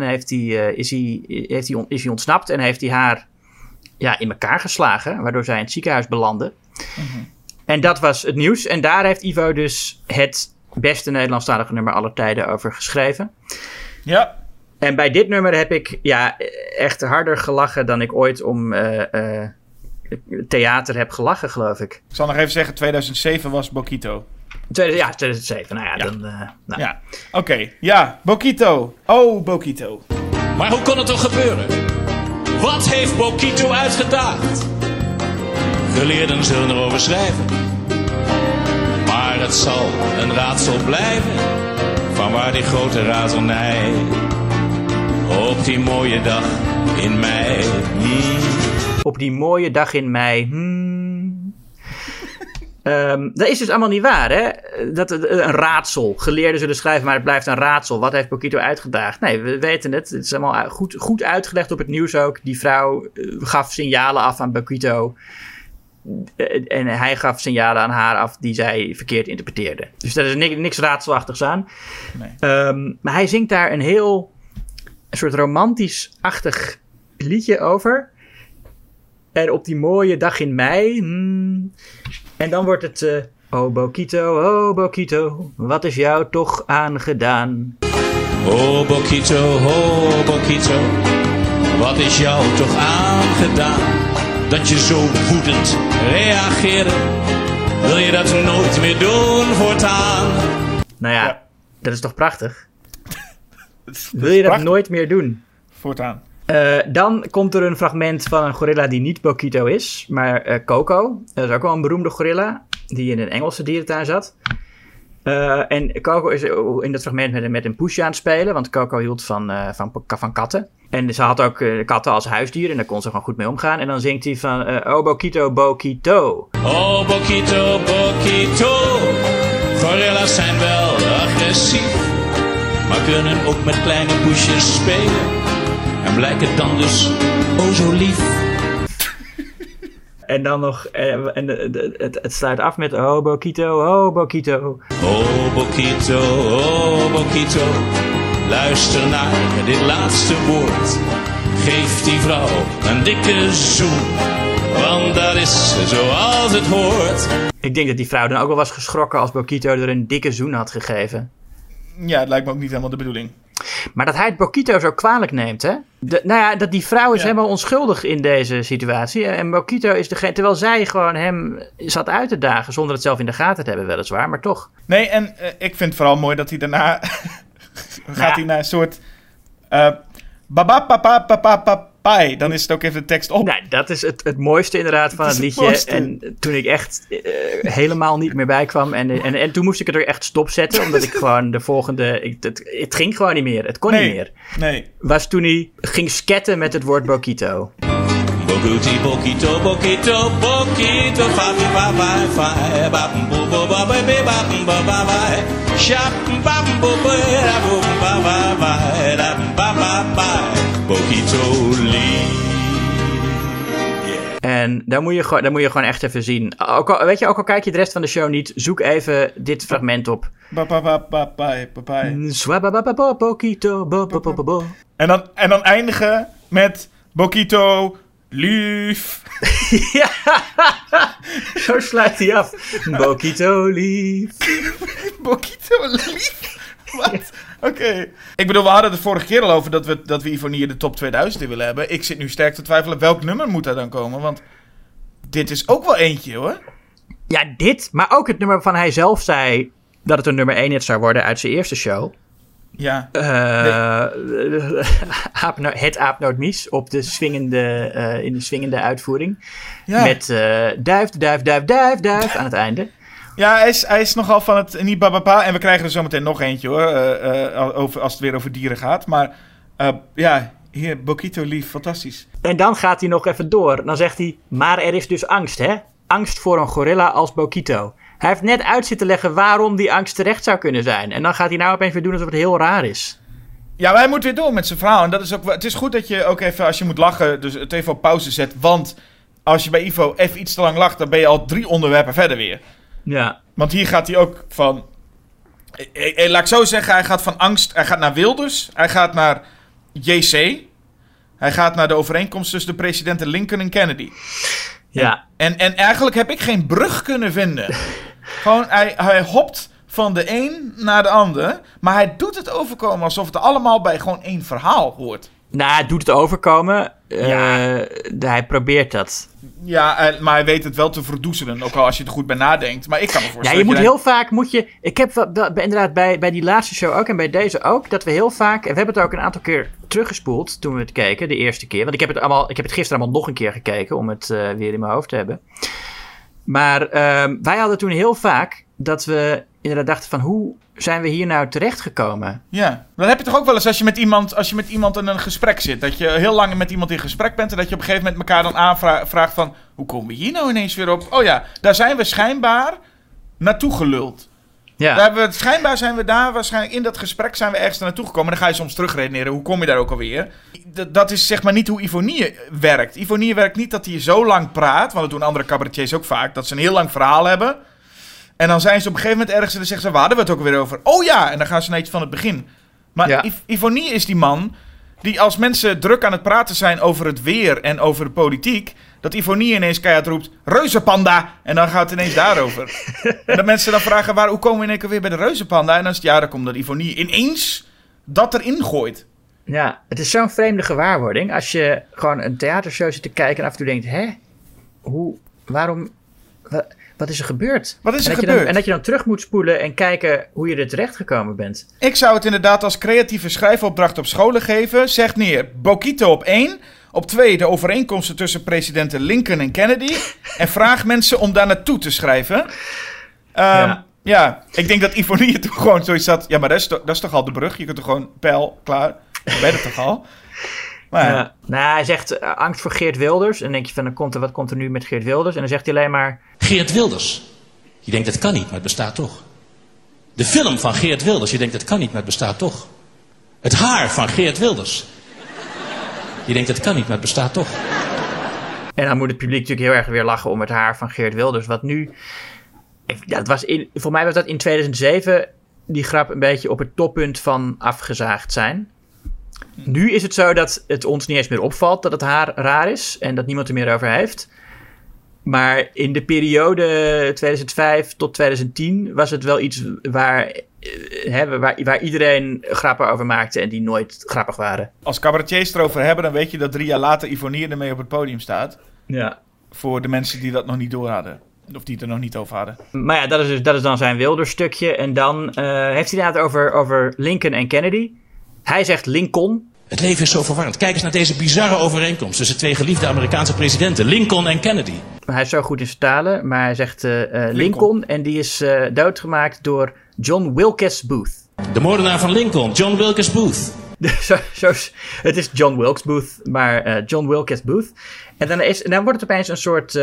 S3: is hij ontsnapt en heeft hij haar in elkaar geslagen. Waardoor zij in het ziekenhuis belandde. Mm-hmm. En dat was het nieuws. En daar heeft Ivo dus het beste Nederlandstalige nummer aller tijden over geschreven.
S2: Ja.
S3: En bij dit nummer heb ik echt harder gelachen dan ik ooit om theater heb gelachen, geloof ik.
S2: Ik zal nog even zeggen, 2007 was Boquito.
S3: 2007.
S2: Ja, oké. Ja, Boquito. Oh, Boquito.
S1: Maar hoe kon het toch gebeuren? Wat heeft Boquito uitgedaagd? Geleerden zullen erover schrijven. Maar het zal een raadsel blijven. Vanwaar die grote razernij. Op die mooie dag in mei.
S3: Op die mooie dag in mei. Dat is dus allemaal niet waar, hè? Een raadsel. Geleerden zullen schrijven, maar het blijft een raadsel. Wat heeft Boquito uitgedaagd? Nee, we weten het. Het is allemaal goed uitgelegd op het nieuws ook. Die vrouw gaf signalen af aan Boquito. En hij gaf signalen aan haar af die zij verkeerd interpreteerde. Dus daar is niks raadselachtigs aan. Nee. Maar hij zingt daar een soort romantisch-achtig liedje over. En op die mooie dag in mei. En dan wordt het... oh Boquito, wat is jou toch aangedaan?
S1: Oh Boquito, wat is jou toch aangedaan? Dat je zo woedend reageerde. Wil je dat nooit meer doen voortaan?
S3: Nou ja,
S2: Ja.
S3: dat is toch prachtig? Wil je dat
S2: prachtig.
S3: nooit meer doen?
S2: Voortaan.
S3: Dan komt er een fragment van een gorilla die niet Bokito is, maar Coco. Dat is ook wel een beroemde gorilla die in een Engelse dierentuin zat. En Coco is in dat fragment met een poesje aan het spelen, want Coco hield van katten. En ze had ook katten als huisdier en daar kon ze gewoon goed mee omgaan. En dan zingt hij van, oh Bokito, Bokito.
S1: Oh, Bokito, Bokito. Gorilla's zijn wel agressief, maar kunnen ook met kleine poesjes spelen. En blijken dan dus zo lief.
S3: En dan nog, het sluit af met, oh Bokito, oh Bokito.
S1: Oh, Bokito, oh, Bokito. Luister naar dit laatste woord. Geef die vrouw een dikke zoen, want dat is zoals het hoort.
S3: Ik denk dat die vrouw dan ook wel was geschrokken als Bokito er een dikke zoen had gegeven.
S2: Ja, het lijkt me ook niet helemaal de bedoeling.
S3: Maar dat hij het Bokito zo kwalijk neemt, hè? Dat die vrouw is helemaal onschuldig in deze situatie. En Bokito is degene, terwijl zij gewoon hem zat uit te dagen, zonder het zelf in de gaten te hebben weliswaar, maar toch.
S2: Nee, en ik vind het vooral mooi dat hij daarna gaat hij naar een soort babapapapapapai. Dan is het ook even de tekst op.
S3: Nou, dat is het mooiste inderdaad van het liedje.
S2: mooiste.
S3: En toen ik echt helemaal niet meer bij kwam. En toen moest ik het er echt stopzetten. Omdat ik gewoon de volgende... Het ging gewoon niet meer. Het kon niet meer.
S2: Nee.
S3: Was toen hij ging sketten met het woord Bokito.
S1: Bokuti, Bokito, Bokito, Bokito, Fabi, Babai, Fai, Babum, Bobo, Babai, Babum, Babai, Shapum, Babum, Bobo, Rabum, Babai, Rabum, Babai, Bokito, Lee.
S3: En dan moet je gewoon echt even zien. Ook al kijk je de rest van de show niet, zoek even dit fragment op.
S2: Babapapapai.
S3: Swabababa, Bokito, bo.
S2: En dan eindigen met Bokito lief.
S3: Ja, zo sluit hij af. Bokito lief.
S2: Bokito lief? Wat? Oké. Ik bedoel, we hadden het de vorige keer al over dat we Ivonie in de top 2000 in willen hebben. Ik zit nu sterk te twijfelen welk nummer moet daar dan komen. Want dit is ook wel eentje, hoor.
S3: Ja, dit, maar ook het nummer waarvan hij zelf zei dat het een nummer 1 hit zou worden uit zijn eerste show.
S2: Ja.
S3: Het Aapnootmies op de in de swingende uitvoering.
S2: Ja.
S3: Met duif aan het einde.
S2: Ja, hij is nogal van het niet babapa. En we krijgen er zometeen nog eentje, hoor. Als het weer over dieren gaat. Maar ja, hier, Bokito lief, fantastisch.
S3: En dan gaat hij nog even door. Dan zegt hij, maar er is dus angst, hè? Angst voor een gorilla als Bokito. Hij heeft net uit zitten leggen waarom die angst terecht zou kunnen zijn. En dan gaat hij nou opeens weer doen alsof het heel raar is.
S2: Ja, maar hij moet weer door met zijn verhaal. En dat is ook, het is goed dat je ook even, als je moet lachen, dus het even op pauze zet. Want als je bij Ivo even iets te lang lacht, dan ben je al 3 onderwerpen verder weer.
S3: Ja.
S2: Want hier gaat hij ook van... Laat ik zo zeggen, hij gaat van angst... Hij gaat naar Wilders. Hij gaat naar JC. Hij gaat naar de overeenkomst tussen de presidenten Lincoln en Kennedy.
S3: Ja.
S2: En eigenlijk heb ik geen brug kunnen vinden. Gewoon, hij hopt van de een naar de ander. Maar hij doet het overkomen alsof het allemaal bij gewoon één verhaal hoort.
S3: Nou, hij doet het overkomen.
S2: Ja.
S3: Hij probeert dat.
S2: Ja, maar hij weet het wel te verdoezelen. Ook al als je er goed bij nadenkt. Maar ik kan me
S3: Ja,
S2: voorstellen...
S3: je moet heel vaak... Ik heb inderdaad bij die laatste show ook en bij deze ook... dat we heel vaak... En we hebben het ook een aantal keer teruggespoeld toen we het keken. De eerste keer. Want ik heb het gisteren allemaal nog een keer gekeken... om het weer in mijn hoofd te hebben. Maar wij hadden toen heel vaak... dat we inderdaad dachten van... hoe zijn we hier nou terechtgekomen?
S2: Ja, dan heb je toch ook wel eens als je met iemand in een gesprek zit. Dat je heel lang met iemand in gesprek bent. En dat je op een gegeven moment elkaar dan aanvraagt van... Hoe komen we hier nou ineens weer op? Oh ja, daar zijn we schijnbaar naartoe geluld.
S3: Ja.
S2: Schijnbaar zijn we daar waarschijnlijk in dat gesprek zijn we ergens naartoe gekomen. En dan ga je soms terugredeneren. Hoe kom je daar ook alweer? Dat is zeg maar niet hoe Ivonie werkt. Ivonie werkt niet dat hij zo lang praat. Want dat doen andere cabaretiers ook vaak. Dat ze een heel lang verhaal hebben. En dan zijn ze op een gegeven moment ergens en dan zeggen ze... Waar hadden we het ook weer over? Oh ja! En dan gaan ze netjes van het begin. Maar
S3: Ja.
S2: Ivonie is die man... die als mensen druk aan het praten zijn over het weer en over de politiek... dat Ivonie ineens keihard roept... Reuzenpanda! En dan gaat het ineens daarover. En dat mensen dan vragen... Hoe komen we in één keer weer bij de reuzenpanda? En dan is het dan komt dat Ivonie ineens dat erin gooit.
S3: Ja, het is zo'n vreemde gewaarwording. Als je gewoon een theatershow zit te kijken en af en toe denkt... Waarom... wat is er gebeurd?
S2: Wat is er
S3: En
S2: gebeurd?
S3: dat je dan terug moet spoelen en kijken hoe je er terecht gekomen bent.
S2: Ik zou het inderdaad als creatieve schrijfopdracht op scholen geven. Zeg neer, Bokito op 1. Op 2 de overeenkomsten tussen presidenten Lincoln en Kennedy. En vraag mensen om daar naartoe te schrijven. Ja, ik denk dat Ivonie toen gewoon zoiets had. Ja, maar dat is toch al de brug? Je kunt er gewoon pijl, klaar. Ik weet het toch al? Maar ja.
S3: Nou, hij zegt angst voor Geert Wilders. En dan denk je van, wat komt er nu met Geert Wilders? En dan zegt hij alleen maar...
S1: Geert Wilders. Je denkt dat kan niet, maar het bestaat toch. De film van Geert Wilders. Je denkt dat kan niet, maar het bestaat toch. Het haar van Geert Wilders. Je denkt dat kan niet, maar het bestaat toch.
S3: En dan moet het publiek natuurlijk heel erg weer lachen om het haar van Geert Wilders. Wat nu... Ja, voor mij was dat in 2007 die grap een beetje op het toppunt van afgezaagd zijn. Nu is het zo dat het ons niet eens meer opvalt dat het haar raar is. En dat niemand er meer over heeft. Maar in de periode 2005 tot 2010 was het wel iets waar iedereen grappen over maakte en die nooit grappig waren.
S2: Als cabaretiers erover hebben, dan weet je dat 3 jaar later Ivonie ermee op het podium staat.
S3: Ja.
S2: Voor de mensen die dat nog niet door hadden. Of die het er nog niet over hadden.
S3: Maar ja, dat is dan zijn Wilders stukje. En dan heeft hij het over Lincoln en Kennedy. Hij zegt Lincoln.
S1: Het leven is zo verwarrend. Kijk eens naar deze bizarre overeenkomst tussen 2 geliefde Amerikaanse presidenten, Lincoln en Kennedy.
S3: Hij is zo goed in vertalen, maar hij zegt Lincoln. En die is doodgemaakt door John Wilkes Booth.
S1: De moordenaar van Lincoln, John Wilkes Booth.
S3: Het is John Wilkes Booth, maar John Wilkes Booth. En dan wordt het opeens een soort,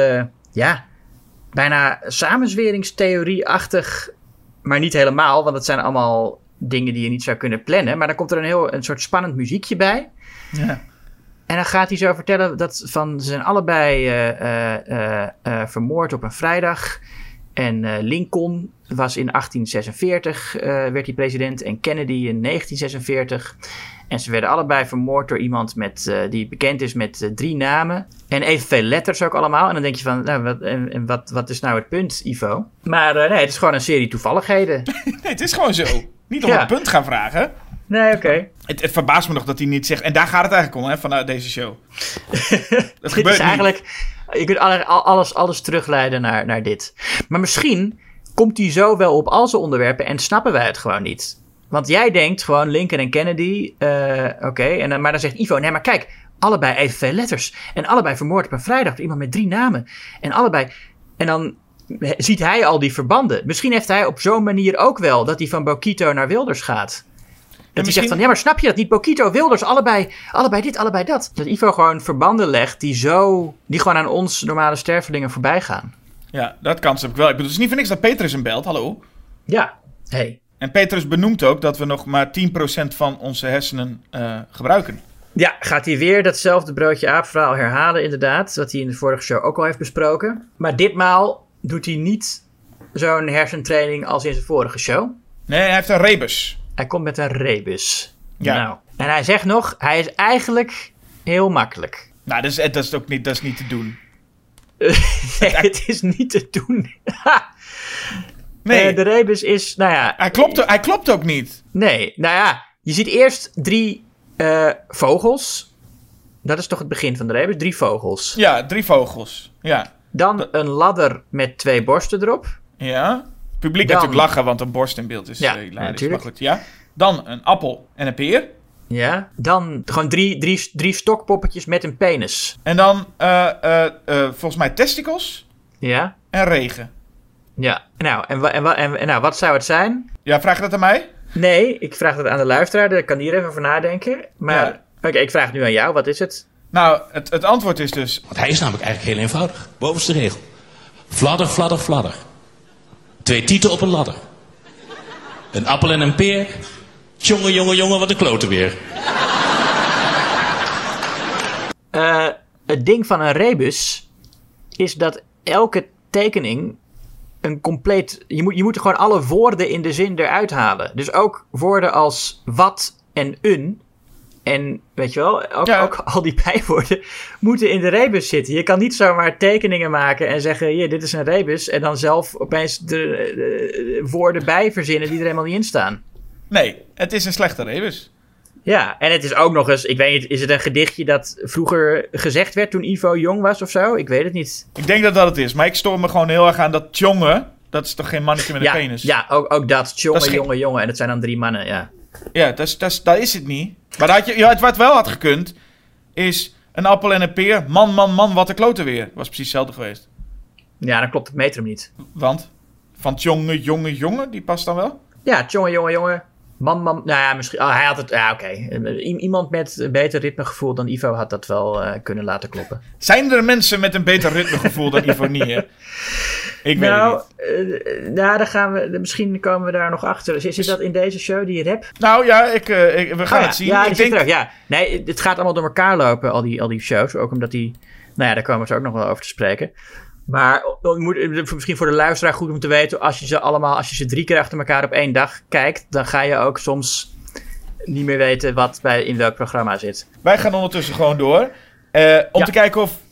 S3: bijna samenzweringstheorie-achtig, maar niet helemaal, want het zijn allemaal dingen die je niet zou kunnen plannen. Maar dan komt er een soort spannend muziekje bij. Ja. En dan gaat hij zo vertellen dat ze zijn allebei vermoord op een vrijdag. En Lincoln was in 1846, werd hij president, en Kennedy in 1946. En ze werden allebei vermoord door iemand die bekend is met 3 namen. En evenveel letters ook allemaal. En dan denk je van, wat is nou het punt, Ivo? Maar nee, het is gewoon een serie toevalligheden.
S2: Nee, het is gewoon zo. Niet om een punt gaan vragen.
S3: Nee, oké.
S2: Het verbaast me nog dat hij niet zegt... En daar gaat het eigenlijk om, hè, vanuit deze show. Dat
S3: gebeurt is eigenlijk... Je kunt alles terugleiden naar dit. Maar misschien komt hij zo wel op al zijn onderwerpen en snappen wij het gewoon niet. Want jij denkt gewoon Lincoln en Kennedy, oké. Maar dan zegt Ivo, nee, maar kijk, allebei evenveel letters. En allebei vermoord op een vrijdag door iemand met 3 namen. En allebei... En dan ziet hij al die verbanden. Misschien heeft hij op zo'n manier ook wel dat hij van Bokito naar Wilders gaat. Dat hij zegt van, ja, maar snap je dat niet? Bokito, Wilders, allebei dit, allebei dat. Dat Ivo gewoon verbanden legt die gewoon aan ons normale stervelingen voorbij gaan.
S2: Ja, dat kans heb ik wel. Ik bedoel, het is niet voor niks dat Petrus hem belt, hallo?
S3: Ja, hey.
S2: En Petrus benoemt ook dat we nog maar 10% van onze hersenen gebruiken.
S3: Ja, gaat hij weer datzelfde broodje aap verhaal herhalen inderdaad. Wat hij in de vorige show ook al heeft besproken. Maar ditmaal doet hij niet zo'n hersentraining als in zijn vorige show.
S2: Nee, hij heeft een rebus.
S3: Hij komt met een rebus.
S2: Ja.
S3: Nou, en hij zegt nog, hij is eigenlijk heel makkelijk.
S2: Nou, dat is niet te doen.
S3: Nee, het is niet te doen.
S2: Nee.
S3: De rebus is, nou ja...
S2: Hij klopt ook niet.
S3: Nee, nou ja, je ziet eerst 3 vogels. Dat is toch het begin van de rebus? 3 vogels.
S2: Ja, 3 vogels. Ja.
S3: Dan een ladder met 2 borsten erop.
S2: Ja. Het publiek natuurlijk lachen, want een borst in beeld is hilarisch.
S3: Natuurlijk.
S2: Maar goed, ja. Dan een appel en een peer.
S3: Ja. Dan gewoon 3 stokpoppetjes met een penis.
S2: En dan volgens mij testicles.
S3: Ja.
S2: En regen.
S3: Ja. Nou, en wat zou het zijn?
S2: Ja, vraag je dat aan mij?
S3: Nee, ik vraag dat aan de luisteraar. Daar kan hier even over nadenken. Maar ja. Oké, ik vraag het nu aan jou. Wat is het?
S2: Nou, het antwoord is dus...
S1: Want hij is namelijk eigenlijk heel eenvoudig. Bovenste regel. Fladder, fladder, fladder. 2 tieten op een ladder. Een appel en een peer. Jongen, jongen, jongen, wat een klote weer.
S3: Het ding van een rebus is dat elke tekening een compleet... Je moet gewoon alle woorden in de zin eruit halen. Dus ook woorden als wat en een. En weet je wel, ook al die bijwoorden moeten in de rebus zitten. Je kan niet zomaar tekeningen maken en zeggen... hier, dit is een rebus. En dan zelf opeens de woorden bij verzinnen die er helemaal niet in staan.
S2: Nee, het is een slechte rebus.
S3: Ja, en het is ook nog eens, ik weet niet, is het een gedichtje dat vroeger gezegd werd toen Ivo jong was of zo? Ik weet het niet.
S2: Ik denk dat dat het is, maar ik stoor me gewoon heel erg aan dat tjonge. Dat is toch geen mannetje met een penis?
S3: Ja, ook dat. Tjonge, jongen. En het zijn dan 3 mannen, ja.
S2: Ja, dat is het niet. Maar wat wel had gekund, is een appel en een peer. Man, wat een klote weer. Was precies hetzelfde geweest.
S3: Ja, dan klopt het metrum niet.
S2: Want? Van tjonge, jongen, die past dan wel?
S3: Ja, tjonge, jongen. Man. Nou ja, misschien. Oh, hij had het. Ja, oké. Iemand met een beter ritmegevoel dan Ivo had dat wel kunnen laten kloppen.
S2: Zijn er mensen met een beter ritmegevoel dan Ivo niet? Ik weet het niet.
S3: Dan gaan we. Misschien komen we daar nog achter. Zit dat in deze show, die rap?
S2: Nou ja, we gaan het zien.
S3: Ja, ik denk... ja. Nee, het gaat allemaal door elkaar lopen, al die shows. Ook omdat die. Nou ja, daar komen we zo ook nog wel over te spreken. Maar misschien voor de luisteraar goed om te weten, als je ze 3 keer achter elkaar op 1 dag kijkt, dan ga je ook soms niet meer weten wat in welk programma zit.
S2: Wij gaan ondertussen gewoon door. Om te kijken of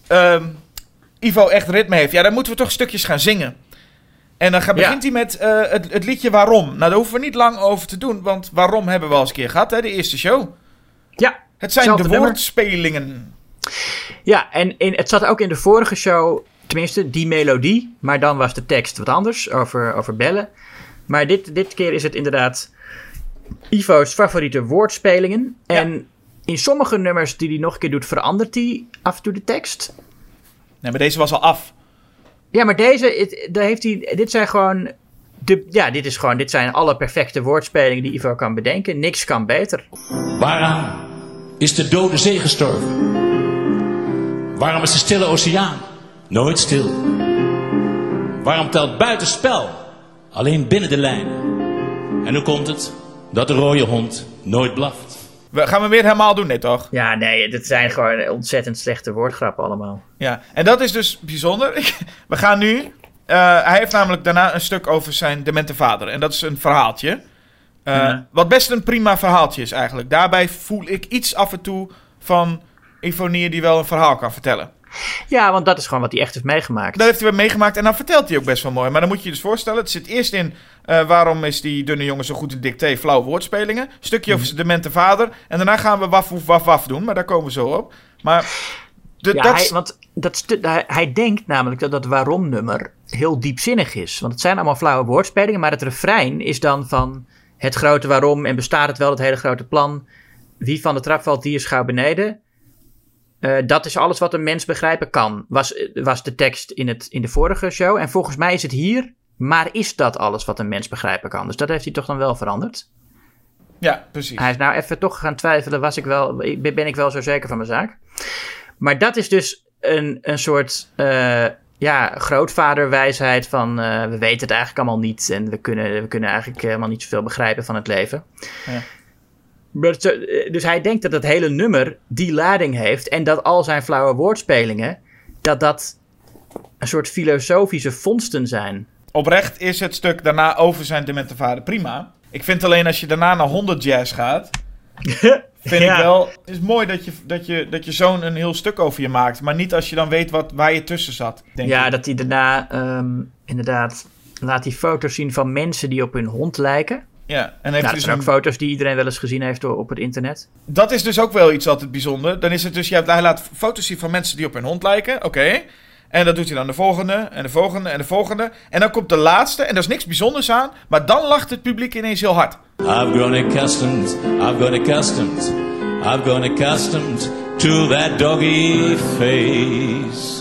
S2: Ivo echt ritme heeft. Ja, dan moeten we toch stukjes gaan zingen. En dan begint hij met het liedje Waarom. Nou, daar hoeven we niet lang over te doen, want Waarom hebben we al eens een keer gehad, hè, de eerste show.
S3: Ja.
S2: Het zijn de woordspelingen.
S3: Ja, en het zat ook in de vorige show. Tenminste, die melodie. Maar dan was de tekst wat anders. Over bellen. Maar dit keer is het inderdaad Ivo's favoriete woordspelingen. Ja. En in sommige nummers die hij nog een keer doet, verandert hij af en toe de tekst.
S2: Nee, maar deze was al af.
S3: Ja, maar dit zijn gewoon... dit zijn alle perfecte woordspelingen die Ivo kan bedenken. Niks kan beter.
S1: Waaraan is de dode zee gestorven? Waarom is de stille oceaan nooit stil? Waarom telt buitenspel alleen binnen de lijn? En hoe komt het dat de rode hond nooit blaft?
S2: Gaan we weer helemaal doen, net toch?
S3: Ja, nee, dit zijn gewoon ontzettend slechte woordgrappen allemaal.
S2: Ja, en dat is dus bijzonder. We gaan nu... hij heeft namelijk daarna een stuk over zijn demente vader. En dat is een verhaaltje. Wat best een prima verhaaltje is eigenlijk. Daarbij voel ik iets af en toe van Ivonie die wel een verhaal kan vertellen.
S3: Ja, want dat is gewoon wat hij echt heeft meegemaakt.
S2: Dat heeft hij weer meegemaakt en dan vertelt hij ook best wel mooi. Maar dan moet je je dus voorstellen, het zit eerst in... waarom is die dunne jongen zo goed in dicté, flauwe woordspelingen. Stukje over zijn demente vader. En daarna gaan we waf doen, maar daar komen we zo op. Maar...
S3: hij denkt namelijk dat waarom-nummer heel diepzinnig is. Want het zijn allemaal flauwe woordspelingen, maar het refrein is dan van het grote waarom en bestaat het wel, het hele grote plan. Wie van de trap valt, die is gauw beneden. Dat is alles wat een mens begrijpen kan, was de tekst in de vorige show. En volgens mij is het hier, maar is dat alles wat een mens begrijpen kan? Dus dat heeft hij toch dan wel veranderd?
S2: Ja, precies.
S3: Hij is nou even toch gaan twijfelen, ben ik wel zo zeker van mijn zaak. Maar dat is dus een soort grootvaderwijsheid van we weten het eigenlijk allemaal niet en we kunnen eigenlijk helemaal niet zoveel begrijpen van het leven. Ja. Dus hij denkt dat het hele nummer die lading heeft en dat al zijn flauwe woordspelingen, dat een soort filosofische vondsten zijn.
S2: Oprecht is het stuk daarna over zijn demente vader prima. Ik vind alleen als je daarna naar 100 jazz gaat... vind ik wel... Het is mooi dat je zo'n een heel stuk over je maakt. Maar niet als je dan weet waar je tussen zat. Denk ik.
S3: Dat hij daarna inderdaad laat hij foto's zien van mensen die op hun hond lijken.
S2: Ja, en heeft
S3: dat zijn ook foto's die iedereen wel eens gezien heeft op het internet.
S2: Dat is dus ook wel iets altijd bijzonder. Dan is het dus, hij laat foto's zien van mensen die op hun hond lijken. Oké. En dat doet hij dan de volgende en de volgende en de volgende. En dan komt de laatste en daar is niks bijzonders aan. Maar dan lacht het publiek ineens heel hard.
S1: I've grown accustomed to that doggy face.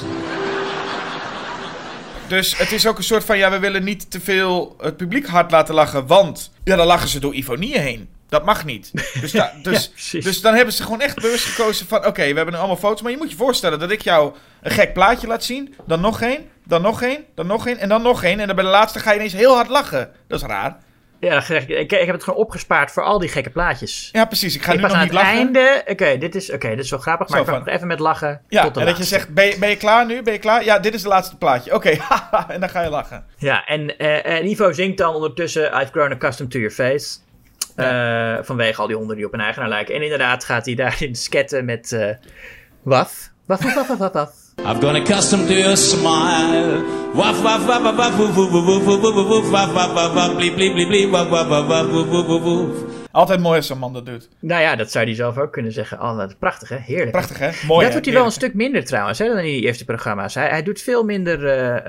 S2: Dus het is ook een soort van, we willen niet te veel het publiek hard laten lachen. Want, dan lachen ze door Ivonie heen. Dat mag niet. Dus dan hebben ze gewoon echt bewust gekozen van... Oké, we hebben nu allemaal foto's. Maar je moet je voorstellen dat ik jou een gek plaatje laat zien. Dan nog één, dan nog één, dan nog één en dan nog één. En dan bij de laatste ga je ineens heel hard lachen. Dat is raar.
S3: Ja, ik heb het gewoon opgespaard voor al die gekke plaatjes.
S2: Ja, precies. Ik ga nu nog niet lachen.
S3: Aan het einde... Dit is wel grappig, maar ik wacht nog even met lachen tot de laatste.
S2: Dat je zegt, ben je klaar nu? Ben je klaar? Ja, dit is het laatste plaatje. Oké, en dan ga je lachen.
S3: Ja, en Ivo zingt dan ondertussen... I've grown accustomed to your face... vanwege al die honden die op een eigenaar lijken. En inderdaad gaat hij daarin sketten met waf. Waf.
S1: I've grown accustomed to your smile. Waf, waf, waf, waf, waf, woof, woof, woof, woof, woof, waf, waf, waf, waf, bliep, bliep, bliep, bliep, waf, waf, waf, waf, woof, woof, woof.
S2: Altijd mooi als een man dat doet.
S3: Nou ja, dat zou hij zelf ook kunnen zeggen. Oh, dat is prachtig, hè? Heerlijk.
S2: Prachtig, hè? Mooi,
S3: dat doet hij wel een stuk minder trouwens, hè, dan in die eerste programma's. Hij doet veel minder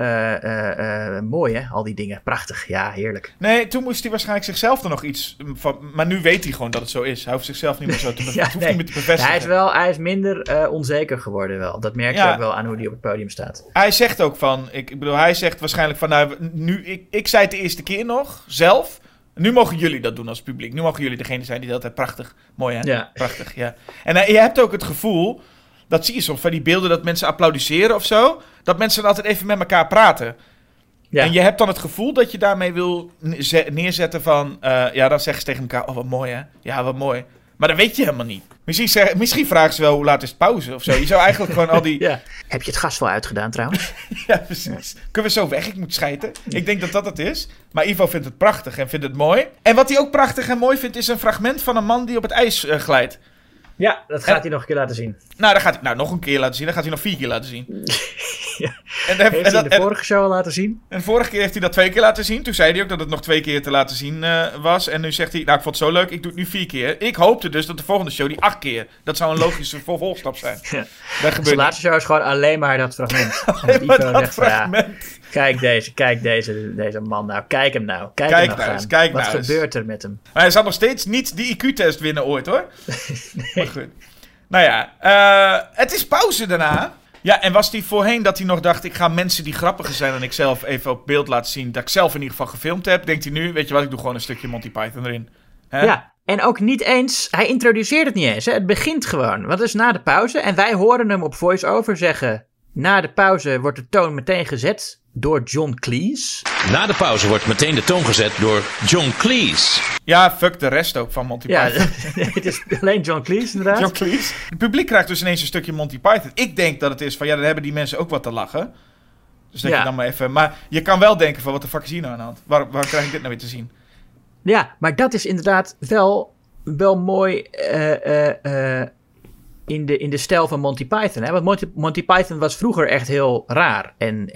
S3: mooi, hè? Al die dingen. Prachtig, ja, heerlijk.
S2: Nee, toen moest hij waarschijnlijk zichzelf er nog iets van... Maar nu weet hij gewoon dat het zo is. Hij hoeft zichzelf niet meer zo te bevestigen. Niet meer te bevestigen.
S3: Hij is minder onzeker geworden wel. Dat merk je ook wel aan hoe hij op het podium staat.
S2: Hij zegt ook van... hij zegt waarschijnlijk van... Nou, nu, ik zei het de eerste keer nog, zelf... Nu mogen jullie dat doen als publiek. Nu mogen jullie degene zijn die dat altijd prachtig... Mooi, hè? Ja. Prachtig, ja. En je hebt ook het gevoel... Dat zie je soms van die beelden dat mensen applaudisseren of zo... Dat mensen dan altijd even met elkaar praten. Ja. En je hebt dan het gevoel dat je daarmee wil neerzetten van... dan zeggen ze tegen elkaar... Oh, wat mooi, hè? Ja, wat mooi. Maar dat weet je helemaal niet. Misschien vragen ze wel hoe laat is het pauze of zo. Je zou eigenlijk gewoon al die...
S3: Ja. Heb je het gas wel uitgedaan trouwens?
S2: Ja, precies. Ja. Kunnen we zo weg? Ik moet schijten. Ik denk dat dat het is. Maar Ivo vindt het prachtig en vindt het mooi. En wat hij ook prachtig en mooi vindt... is een fragment van een man die op het ijs glijdt.
S3: Ja, dat gaat hij nog een keer laten zien.
S2: Nou, dat gaat hij nog een keer laten zien. Dan gaat hij nog 4 keer laten zien.
S3: Ja. Heeft hij de vorige show al laten zien?
S2: En de vorige keer heeft hij dat 2 keer laten zien. Toen zei hij ook dat het nog 2 keer te laten zien was. En nu zegt hij, nou, ik vond het zo leuk, ik doe het nu 4 keer. Ik hoopte dus dat de volgende show die 8 keer. Dat zou een logische vervolgstap zijn.
S3: Ja. De laatste show is gewoon alleen maar dat fragment.
S2: Alleen maar dat fragment.
S3: Kijk deze man nou. Kijk hem nou. Kijk nou eens. Wat gebeurt er met hem?
S2: Maar hij zal nog steeds niet die IQ-test winnen ooit, hoor. Nee. Maar goed. Nou ja, het is pauze daarna. Ja, en was hij voorheen dat hij nog dacht... ik ga mensen die grappiger zijn dan ik zelf even op beeld laten zien... dat ik zelf in ieder geval gefilmd heb. Denkt hij nu, weet je wat, ik doe gewoon een stukje Monty Python erin. Hè?
S3: Ja, en ook niet eens... Hij introduceert het niet eens. Hè? Het begint gewoon. Wat is na de pauze? En wij horen hem op voice-over zeggen... Na de pauze wordt de toon meteen gezet door John Cleese.
S1: Na de pauze wordt meteen de toon gezet door John Cleese.
S2: Ja, fuck de rest ook van Monty Python.
S3: Ja, het is alleen John Cleese inderdaad.
S2: John Cleese. Het publiek krijgt dus ineens een stukje Monty Python. Ik denk dat het is van, ja, dan hebben die mensen ook wat te lachen. Dus denk je dan maar even... Maar je kan wel denken van, wat de fuck is hier nou aan de hand? Waarom krijg ik dit nou weer te zien?
S3: Ja, maar dat is inderdaad wel mooi... In de stijl van Monty Python. Hè? Want Monty Python was vroeger echt heel raar.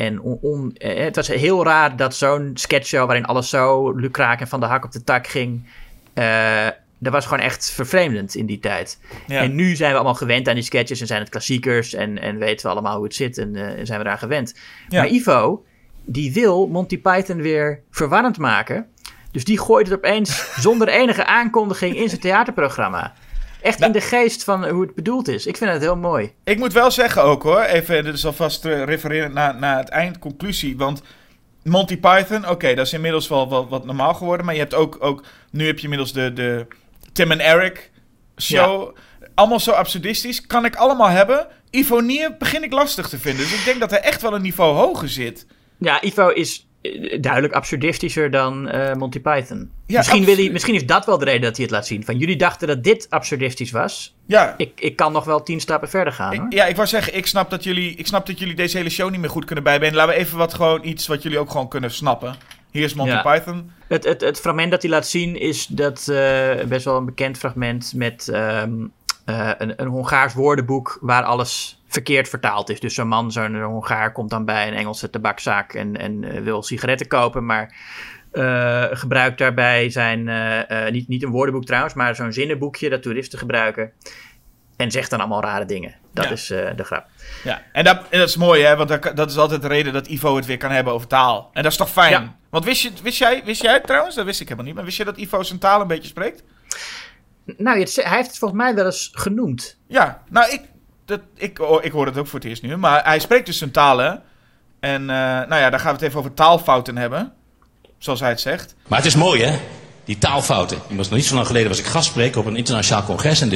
S3: Het was heel raar dat zo'n sketchshow... waarin alles zo lukraak en van de hak op de tak ging... dat was gewoon echt vervreemdend in die tijd. Ja. En nu zijn we allemaal gewend aan die sketches... en zijn het klassiekers en weten we allemaal hoe het zit... en zijn we eraan gewend. Ja. Maar Ivo, die wil Monty Python weer verwarrend maken... Dus die gooit het opeens zonder enige aankondiging in zijn theaterprogramma... Echt in de geest van hoe het bedoeld is. Ik vind het heel mooi.
S2: Ik moet wel zeggen ook hoor. Even, dit is alvast refereren naar het eindconclusie. Want Monty Python, oké, dat is inmiddels wel wat normaal geworden. Maar je hebt ook nu heb je inmiddels de Tim en Eric show. Ja. Allemaal zo absurdistisch. Kan ik allemaal hebben. Ivo Nier begin ik lastig te vinden. Dus ik denk dat hij echt wel een niveau hoger zit.
S3: Ja, Ivo is duidelijk absurdistischer dan Monty Python. Ja, misschien is dat wel de reden dat hij het laat zien. Van jullie dachten dat dit absurdistisch was. Ja. Ik kan nog wel 10 stappen verder gaan. Hoor.
S2: Ik wou zeggen, ik snap dat jullie deze hele show niet meer goed kunnen bijbenen. Laten we even iets wat jullie ook gewoon kunnen snappen. Hier is Monty Python.
S3: Het fragment dat hij laat zien is dat best wel een bekend fragment met een Hongaars woordenboek waar alles verkeerd vertaald is. Dus zo'n Hongaar komt dan bij een Engelse tabakzaak en wil sigaretten kopen, maar gebruikt daarbij zijn, niet een woordenboek trouwens, maar zo'n zinnenboekje dat toeristen gebruiken. En zegt dan allemaal rare dingen. Dat is de grap.
S2: Ja, en dat is mooi, hè? Want dat is altijd de reden dat Ivo het weer kan hebben over taal. En dat is toch fijn? Ja. Want wist jij het trouwens? Dat wist ik helemaal niet. Maar wist je dat Ivo zijn taal een beetje spreekt?
S3: Nou, hij heeft het volgens mij wel eens genoemd.
S2: Ja, nou, ik hoor het ook voor het eerst nu. Maar hij spreekt dus zijn talen. En daar gaan we het even over taalfouten hebben. Zoals hij het zegt.
S1: Maar het is mooi, hè? Die taalfouten. Ik was nog niet zo lang geleden was ik gastspreker op een internationaal congres. En de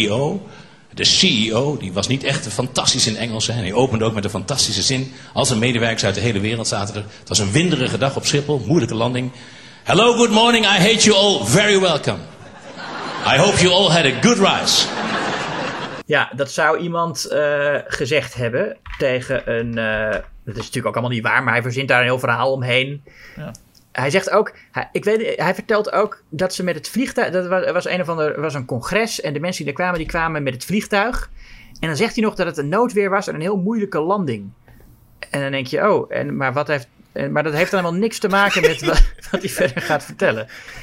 S1: CEO, die was niet echt fantastisch in Engels. Hè? En hij opende ook met een fantastische zin. Al zijn medewerkers uit de hele wereld zaten er. Het was een winderige dag op Schiphol, moeilijke landing. Hello, good morning, I hate you all, very welcome. I hope you all had a good rise.
S3: Ja, dat zou iemand gezegd hebben tegen een... dat is natuurlijk ook allemaal niet waar, maar hij verzint daar een heel verhaal omheen. Ja. Hij zegt ook... Hij vertelt ook dat ze met het vliegtuig... Dat was een congres en de mensen die er kwamen met het vliegtuig. En dan zegt hij nog dat het een noodweer was en een heel moeilijke landing. En dan denk je, maar wat heeft Maar dat heeft dan helemaal niks te maken met wat hij verder gaat vertellen.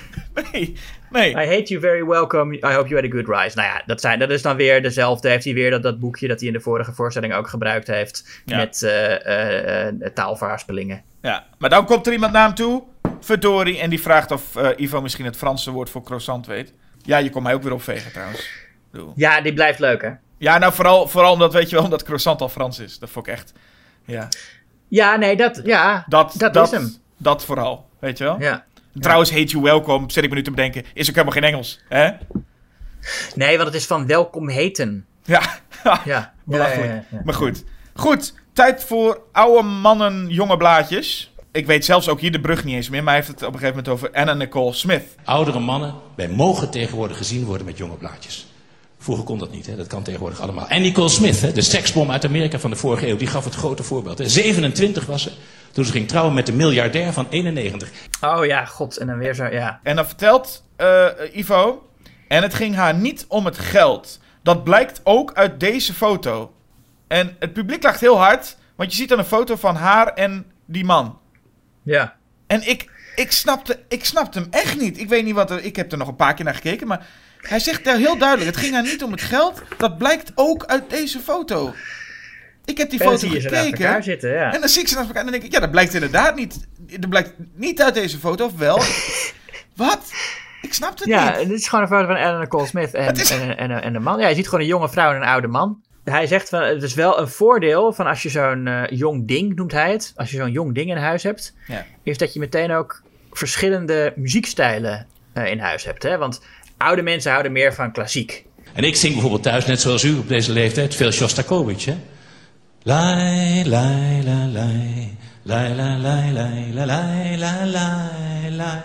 S2: Nee.
S3: I hate you very welcome. I hope you had a good rise. Nou ja, dat is dan weer dezelfde. Heeft hij weer dat boekje dat hij in de vorige voorstelling ook gebruikt heeft. Ja. Met taalverhaspelingen. Ja,
S2: maar dan komt er iemand naar hem toe. Verdorie. En die vraagt of Ivo misschien het Franse woord voor croissant weet. Ja, je kon mij ook weer opvegen trouwens.
S3: Ja, die blijft leuk hè.
S2: Ja, nou vooral omdat, weet je wel, omdat croissant al Frans is. Dat vond ik echt, ja.
S3: Ja, nee, dat is hem.
S2: Dat vooral, weet je wel.
S3: Ja.
S2: Trouwens, hate you welcome, zit ik me nu te bedenken, is ook helemaal geen Engels, hè?
S3: Nee, want het is van welkom heten.
S2: Ja,
S3: ja.
S2: Belachelijk. Ja. Maar goed, tijd voor oude mannen, jonge blaadjes. Ik weet zelfs ook hier de brug niet eens meer, maar hij heeft het op een gegeven moment over Anna Nicole Smith.
S1: Oudere mannen, wij mogen tegenwoordig gezien worden met jonge blaadjes. Vroeger kon dat niet, hè? Dat kan tegenwoordig allemaal. En Nicole Smith, hè? De seksbom uit Amerika van de vorige eeuw, die gaf het grote voorbeeld. Hè? 27 was ze, toen ze ging trouwen met de miljardair van 91.
S3: Oh ja, god, en dan weer zo, ja.
S2: En dan vertelt Ivo, en het ging haar niet om het geld. Dat blijkt ook uit deze foto. En het publiek lacht heel hard, want je ziet dan een foto van haar en die man.
S3: Ja.
S2: En ik snapte hem echt niet. Ik weet niet wat ik heb er nog een paar keer naar gekeken, maar hij zegt daar heel duidelijk, het ging haar niet om het geld. Dat blijkt ook uit deze foto. Ik heb die foto gekeken.
S3: Zitten, ja.
S2: En dan zie ik ze naast elkaar en dan denk ik, ja, dat blijkt inderdaad niet. Dat blijkt niet uit deze foto, of wel? Wat? Ik snap het niet.
S3: Ja, dit is gewoon een foto van Anna Nicole Smith en een man. Ja, je ziet gewoon een jonge vrouw en een oude man. Hij zegt van, het is wel een voordeel van als je zo'n jong ding, noemt hij het. Als je zo'n jong ding in huis hebt. Ja. Is dat je meteen ook verschillende muziekstijlen in huis hebt. Hè? Want oude mensen houden meer van klassiek.
S1: En ik zing bijvoorbeeld thuis, net zoals u op deze leeftijd, veel Shostakovich, hè? Lai, lai, la, lai. Lai, la, lai, lai, la, lai, la, lai, lai.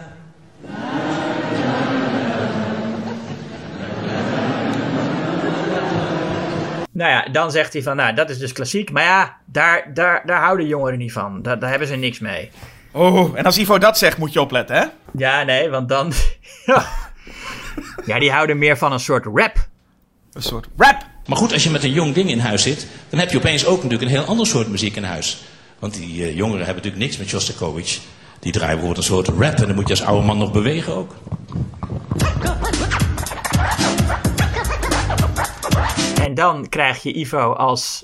S3: Nou ja, dan zegt hij van, nou, dat is dus klassiek. Maar ja, daar houden jongeren niet van. Daar hebben ze niks mee.
S2: Oh, en als Ivo dat zegt, moet je opletten, hè?
S3: Ja, nee, want dan... Ja, die houden meer van een soort rap.
S2: Een soort rap?
S1: Maar goed, als je met een jong ding in huis zit, dan heb je opeens ook natuurlijk een heel ander soort muziek in huis. Want die jongeren hebben natuurlijk niks met Shostakovich. Die draaien bijvoorbeeld een soort rap en dan moet je als oude man nog bewegen ook.
S3: En dan krijg je Ivo als,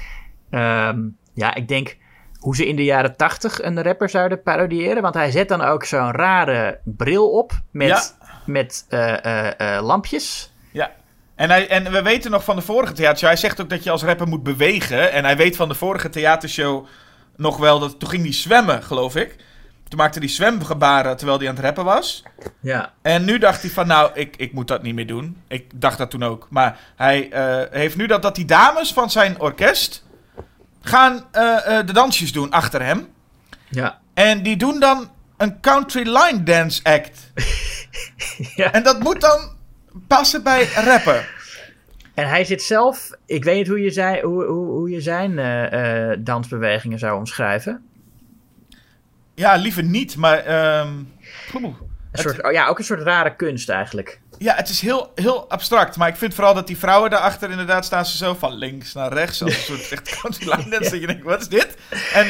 S3: ik denk hoe ze in de jaren 80 een rapper zouden parodiëren. Want hij zet dan ook zo'n rare bril op met lampjes.
S2: Ja. En we weten nog van de vorige theatershow, hij zegt ook dat je als rapper moet bewegen. En hij weet van de vorige theatershow nog wel dat toen ging hij zwemmen, geloof ik. Toen maakte hij zwemgebaren terwijl hij aan het rappen was.
S3: Ja.
S2: En nu dacht hij van, nou, ik moet dat niet meer doen. Ik dacht dat toen ook. Maar hij heeft nu dat die dames van zijn orkest gaan de dansjes doen achter hem.
S3: Ja.
S2: En die doen dan een country line dance act.
S3: Ja.
S2: En dat moet dan passen bij rapper.
S3: En hij zit zelf, ik weet niet hoe je zijn dansbewegingen zou omschrijven.
S2: Ja, liever niet, maar...
S3: ook een soort rare kunst eigenlijk.
S2: Ja, het is heel, heel abstract. Maar ik vind vooral dat die vrouwen daarachter inderdaad staan ze zo van links naar rechts. Als een soort echt country line dance. Dat je denkt, wat is dit?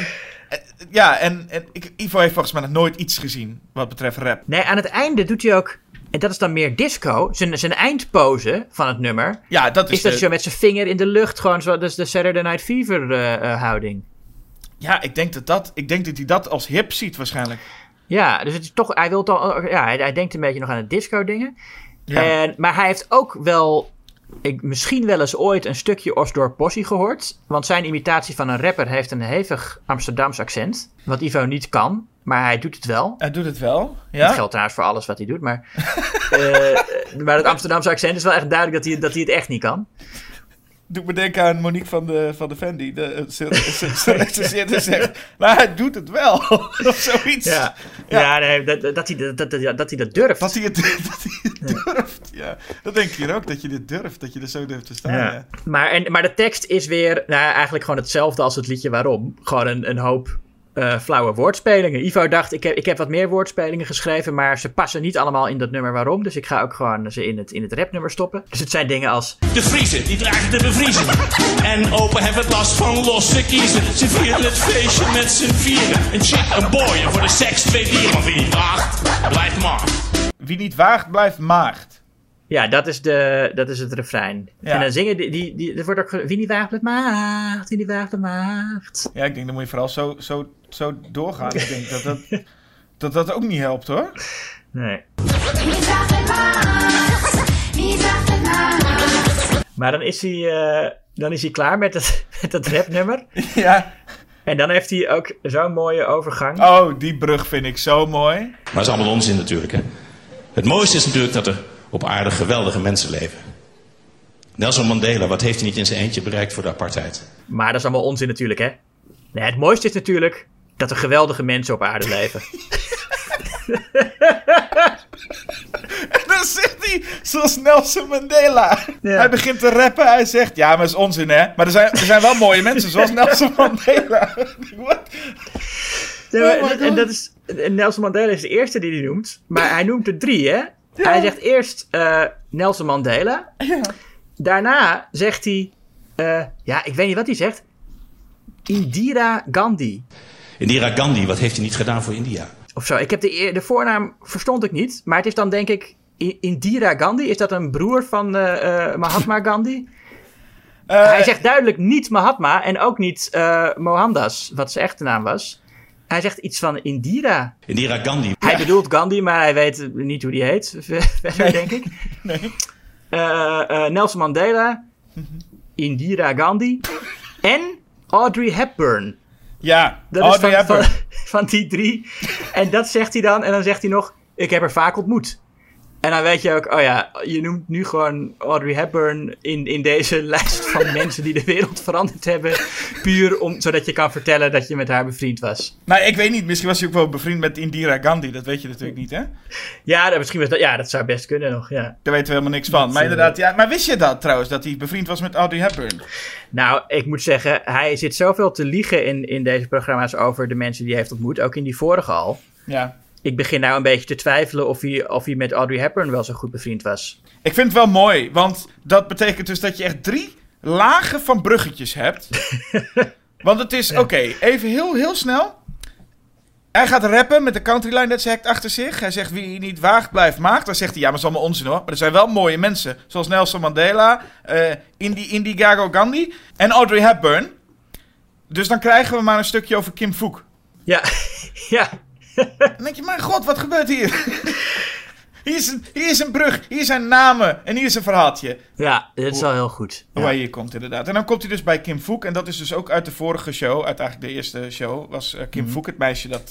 S2: En Ivo heeft volgens mij nog nooit iets gezien wat betreft rap.
S3: Nee, aan het einde doet hij ook... En dat is dan meer disco. Zijn eindpose van het nummer.
S2: Ja, dat is
S3: dat zo met zijn vinger in de lucht. Gewoon zo, dat is de Saturday Night Fever houding.
S2: Ja, ik denk dat hij dat als hip ziet waarschijnlijk.
S3: Ja, dus het is toch... Hij denkt een beetje nog aan het disco dingen. Ja. Maar hij heeft ook wel... misschien wel eens ooit een stukje Osdorp Possie gehoord. Want zijn imitatie van een rapper heeft een hevig Amsterdams accent. Wat Ivo niet kan. Maar hij doet het wel.
S2: Hij doet het wel, ja.
S3: Dat geldt trouwens voor alles wat hij doet. Maar het Amsterdamse accent is wel echt duidelijk dat hij het echt niet kan.
S2: Doet me denken aan Monique van de Fendi. Ze zegt, maar hij doet het wel. Of zoiets.
S3: Ja, nee, dat hij dat durft.
S2: Dat hij het durft, ja. Dat denk ik hier ook, dat je dit durft. Dat je er zo durft te staan, ja.
S3: Maar de tekst is weer eigenlijk gewoon hetzelfde als het liedje Waarom. Gewoon een hoop flauwe woordspelingen. Ivo dacht, ik heb wat meer woordspelingen geschreven, maar ze passen niet allemaal in dat nummer waarom. Dus ik ga ook gewoon ze in het rapnummer stoppen. Dus het zijn dingen als...
S1: De Vriezen, die dragen te bevriezen. En opa heeft het last van losse kiezen. Ze vieren het feestje met z'n vieren. Een chick, een boy en voor de seks 2 dieren. Maar wie niet waagt, blijft maagd.
S2: Wie niet waagt, blijft maagd.
S3: Ja, dat is het refrein. Ja. En dan zingen dat wordt ook... Wie niet waagt, blijft maagd. Wie niet waagt, blijft maagd.
S2: Ja, ik denk, dan moet je vooral zo doorgaan. Ik denk dat ook niet helpt, hoor.
S3: Nee. Maar dan is hij klaar met dat rapnummer.
S2: Ja.
S3: En dan heeft hij ook zo'n mooie overgang.
S2: Oh, die brug vind ik zo mooi.
S1: Maar dat is allemaal onzin natuurlijk, hè. Het mooiste is natuurlijk dat er op aarde geweldige mensen leven. Nelson Mandela, wat heeft hij niet in zijn eentje bereikt voor de apartheid?
S3: Maar dat is allemaal onzin natuurlijk, hè. Nee, het mooiste is natuurlijk dat er geweldige mensen op aarde leven.
S2: En dan zegt hij, zoals Nelson Mandela. Ja. Hij begint te rappen, hij zegt, ja, maar dat is onzin, hè. Maar er zijn wel mooie mensen, zoals Nelson Mandela. What?
S3: En dat is... Nelson Mandela is de eerste die hij noemt. Maar hij noemt er 3, hè. Ja. Hij zegt eerst Nelson Mandela. Ja. Daarna zegt hij... ik weet niet wat hij zegt. Indira Gandhi.
S1: Indira Gandhi, wat heeft hij niet gedaan voor India?
S3: Of zo. Ik heb de voornaam verstond ik niet. Maar het is dan denk ik... Indira Gandhi. Is dat een broer van Mahatma Gandhi? Hij zegt duidelijk niet Mahatma. En ook niet Mohandas. Wat zijn echte naam was. Hij zegt iets van Indira.
S1: Indira Gandhi.
S3: Hij bedoelt Gandhi, maar hij weet niet hoe die heet. Verder, denk ik.
S2: Nee.
S3: Nelson Mandela. Indira Gandhi. En Audrey Hepburn.
S2: Ja,
S3: dat Audrey is Hepburn. Van die 3. En dat zegt hij dan. En dan zegt hij nog, ik heb haar vaak ontmoet. En dan weet je ook, oh ja, je noemt nu gewoon Audrey Hepburn in deze lijst van mensen die de wereld veranderd hebben. Puur zodat je kan vertellen dat je met haar bevriend was.
S2: Nou, ik weet niet. Misschien was hij ook wel bevriend met Indira Gandhi. Dat weet je natuurlijk niet, hè?
S3: Ja, misschien was dat, dat zou best kunnen nog, ja.
S2: Daar weten we helemaal niks van. Maar inderdaad, ja. Maar wist je dat trouwens, dat hij bevriend was met Audrey Hepburn?
S3: Nou, ik moet zeggen, hij zit zoveel te liegen in deze programma's over de mensen die hij heeft ontmoet. Ook in die vorige al.
S2: Ja.
S3: Ik begin nou een beetje te twijfelen of hij met Audrey Hepburn wel zo goed bevriend was.
S2: Ik vind het wel mooi, want dat betekent dus dat je echt 3 lagen van bruggetjes hebt. Want het is, oké, even heel snel. Hij gaat rappen met de countryline dat ze achter zich. Hij zegt, wie niet waagt, blijft maagd. Dan zegt hij, ja, maar dat is allemaal onzin hoor. Maar er zijn wel mooie mensen, zoals Nelson Mandela, Indira Gandhi en Audrey Hepburn. Dus dan krijgen we maar een stukje over Kim Phuc.
S3: Ja, ja.
S2: Dan denk je, mijn god, wat gebeurt hier? Hier is een brug, hier zijn namen en hier is een verhaaltje.
S3: Ja, dit is wel heel goed.
S2: Hoe hij hier komt, inderdaad. En dan komt hij dus bij Kim Phuc. En dat is dus ook uit de vorige show, uit eigenlijk de eerste show, was Kim Phuc het meisje dat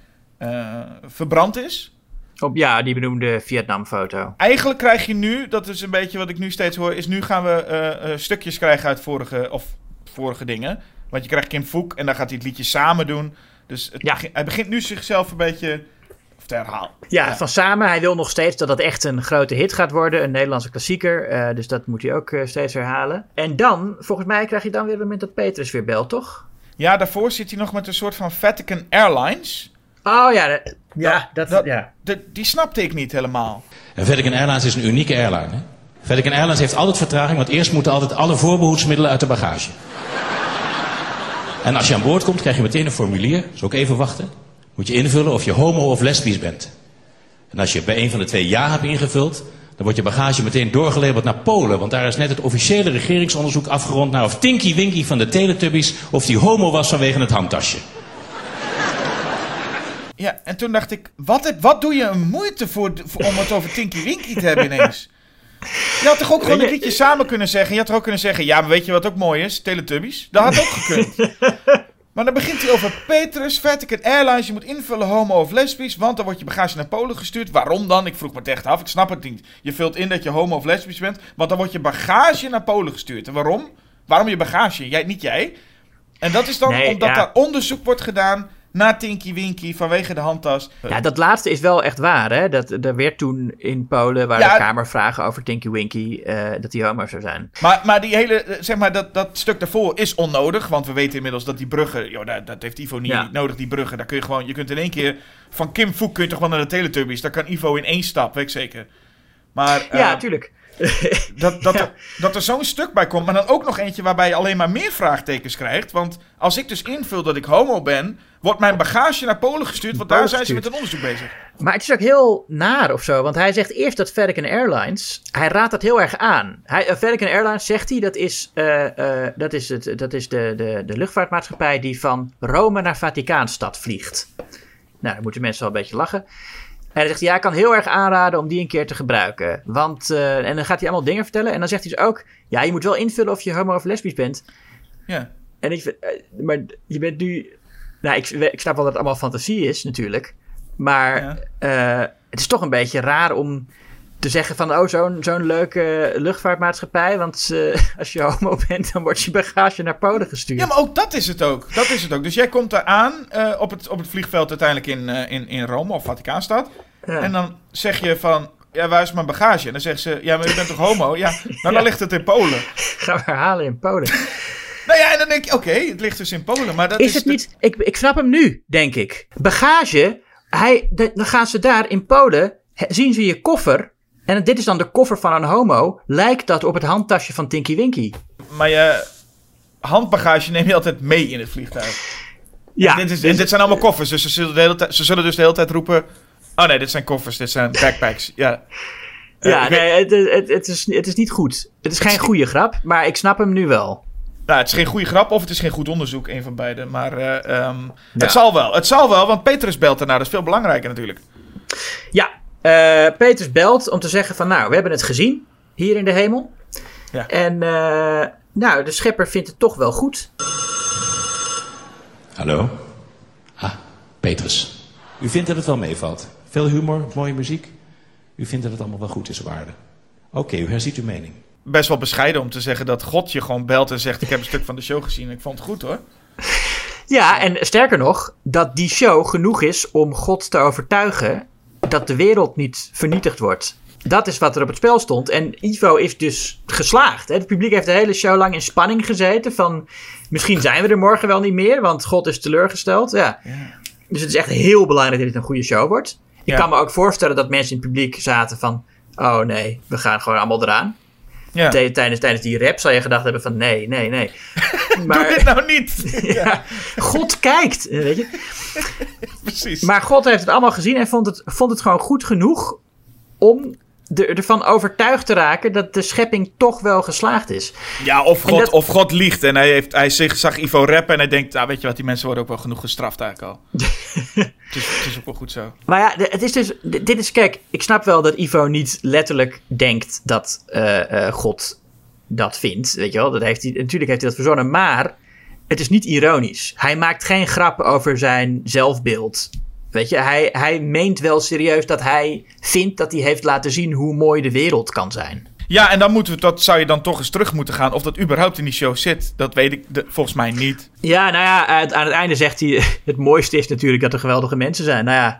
S2: verbrand is.
S3: Die benoemde Vietnam-foto.
S2: Eigenlijk krijg je nu, dat is een beetje wat ik nu steeds hoor, is nu gaan we stukjes krijgen uit vorige dingen. Want je krijgt Kim Phuc en dan gaat hij het liedje samen doen. Dus hij begint nu zichzelf een beetje te herhalen.
S3: Ja, van samen. Hij wil nog steeds dat echt een grote hit gaat worden. Een Nederlandse klassieker. Dus dat moet hij ook steeds herhalen. En dan, volgens mij krijg je dan weer het moment dat Petrus weer belt, toch?
S2: Ja, daarvoor zit hij nog met een soort van Vatican Airlines.
S3: Oh ja,
S2: die snapte ik niet helemaal.
S1: En Vatican Airlines is een unieke airline, hè? Vatican Airlines heeft altijd vertraging, want eerst moeten altijd alle voorbehoedsmiddelen uit de bagage. En als je aan boord komt, krijg je meteen een formulier. Dus ook even wachten. Moet je invullen of je homo of lesbisch bent. En als je bij een van de 2 ja hebt ingevuld, dan wordt je bagage meteen doorgelabeld naar Polen. Want daar is net het officiële regeringsonderzoek afgerond naar of Tinky Winky van de Teletubbies of die homo was vanwege het handtasje.
S2: Ja, en toen dacht ik, wat doe je een moeite om het over Tinky Winky te hebben ineens? Je had toch ook gewoon een liedje samen kunnen zeggen. Je had er ook kunnen zeggen, ja, maar weet je wat ook mooi is? Teletubbies. Dat had ook gekund. Maar dan begint hij over Petrus, Vatican Airlines. Je moet invullen homo of lesbisch, want dan wordt je bagage naar Polen gestuurd. Waarom dan? Ik vroeg me het echt af. Ik snap het niet. Je vult in dat je homo of lesbisch bent, want dan wordt je bagage naar Polen gestuurd. En waarom? Waarom je bagage? Niet jij. En dat is dan omdat daar onderzoek wordt gedaan naar Tinky Winky vanwege de handtas.
S3: Ja, dat laatste is wel echt waar, hè? Er werd toen in Polen, waar de Kamervragen over Tinky Winky, dat hij homo zou zijn.
S2: Maar die hele, zeg maar, dat stuk daarvoor is onnodig, want we weten inmiddels dat die bruggen, joh, dat heeft Ivo niet nodig, die bruggen. Daar kun je gewoon, je kunt in één keer, van Kim Fook kun je toch wel naar de Teletubbies. Daar kan Ivo in 1 stap, weet ik zeker. Maar,
S3: ja, tuurlijk.
S2: Dat er zo'n stuk bij komt, maar dan ook nog eentje waarbij je alleen maar meer vraagtekens krijgt. Want als ik dus invul dat ik homo ben, wordt mijn bagage naar Polen gestuurd, want daar zijn ze met een onderzoek bezig.
S3: Maar het is ook heel naar of zo, want hij zegt eerst dat Vatican Airlines, hij raadt dat heel erg aan. Vatican Airlines, zegt hij, dat is de luchtvaartmaatschappij die van Rome naar Vaticaanstad vliegt. Nou, dan moeten mensen wel een beetje lachen. En hij zegt, ja, ik kan heel erg aanraden om die een keer te gebruiken. Want, en dan gaat hij allemaal dingen vertellen. En dan zegt hij dus ook, ja, je moet wel invullen of je homo of lesbisch bent.
S2: Ja.
S3: En maar je bent nu... Nou, ik snap wel dat het allemaal fantasie is, natuurlijk. Maar het is toch een beetje raar om te zeggen van, zo'n leuke luchtvaartmaatschappij. Want als je homo bent, dan wordt je bagage naar Polen gestuurd.
S2: Ja, maar ook dat is het ook. Dus jij komt daar aan op het vliegveld uiteindelijk in Rome of Vaticaanstad. Ja. En dan zeg je van, ja, waar is mijn bagage? En dan zegt ze, ja, maar je bent toch homo? Ja, nou dan ligt het in Polen.
S3: Gaan we herhalen in Polen.
S2: Nou ja, en dan denk je, oké, het ligt dus in Polen. Maar dat is
S3: het niet... Ik snap hem nu, denk ik. Bagage, dan gaan ze daar in Polen, zien ze je koffer. En dit is dan de koffer van een homo. Lijkt dat op het handtasje van Tinky Winky.
S2: Maar je handbagage neem je altijd mee in het vliegtuig.
S3: Ja.
S2: Dit zijn allemaal koffers. Dus ze zullen dus de hele tijd roepen... Oh nee, dit zijn koffers, dit zijn backpacks. Ja,
S3: nee, het is niet goed. Het is geen goede grap, maar ik snap hem nu wel.
S2: Nou, het is geen goede grap of het is geen goed onderzoek, een van beide. Maar het zal wel. Het zal wel, want Petrus belt ernaar. Dat is veel belangrijker natuurlijk.
S3: Ja, Petrus belt om te zeggen van... Nou, we hebben het gezien hier in de hemel. Ja. En de schepper vindt het toch wel goed.
S1: Hallo? Petrus. U vindt dat het wel meevalt? Veel humor, mooie muziek? U vindt dat het allemaal wel goed is op aarde? Oké, u herziet uw mening.
S2: Best wel bescheiden om te zeggen dat God je gewoon belt en zegt... Ik heb een stuk van de show gezien en ik vond het goed, hoor.
S3: Ja, en sterker nog, dat die show genoeg is om God te overtuigen... dat de wereld niet vernietigd wordt. Dat is wat er op het spel stond. En Ivo is dus geslaagd. Hè? Het publiek heeft de hele show lang in spanning gezeten van... misschien zijn we er morgen wel niet meer, want God is teleurgesteld. Ja. Dus het is echt heel belangrijk dat dit een goede show wordt. Ik kan me ook voorstellen dat mensen in het publiek zaten van... oh nee, we gaan gewoon allemaal eraan. Ja. Tijdens die rap zou je gedacht hebben van nee.
S2: Maar, doe dit nou niet!
S3: Ja, God kijkt, weet je.
S2: Precies.
S3: Maar God heeft het allemaal gezien en vond het gewoon goed genoeg... om ervan overtuigd te raken dat de schepping toch wel geslaagd is.
S2: Ja, of God liegt en hij zag Ivo rappen en hij denkt... weet je wat, die mensen worden ook wel genoeg gestraft eigenlijk al. het is ook wel goed zo.
S3: Maar ja, het is dus... Dit is, kijk, ik snap wel dat Ivo niet letterlijk denkt dat God dat vindt. Weet je wel, natuurlijk heeft hij dat verzonnen, maar het is niet ironisch. Hij maakt geen grap over zijn zelfbeeld. Weet je, hij meent wel serieus dat hij vindt dat hij heeft laten zien hoe mooi de wereld kan zijn.
S2: Ja, en dan zou je dan toch eens terug moeten gaan. Of dat überhaupt in die show zit, dat weet ik volgens mij niet.
S3: Ja, nou ja, aan het einde zegt hij... Het mooiste is natuurlijk dat er geweldige mensen zijn. Nou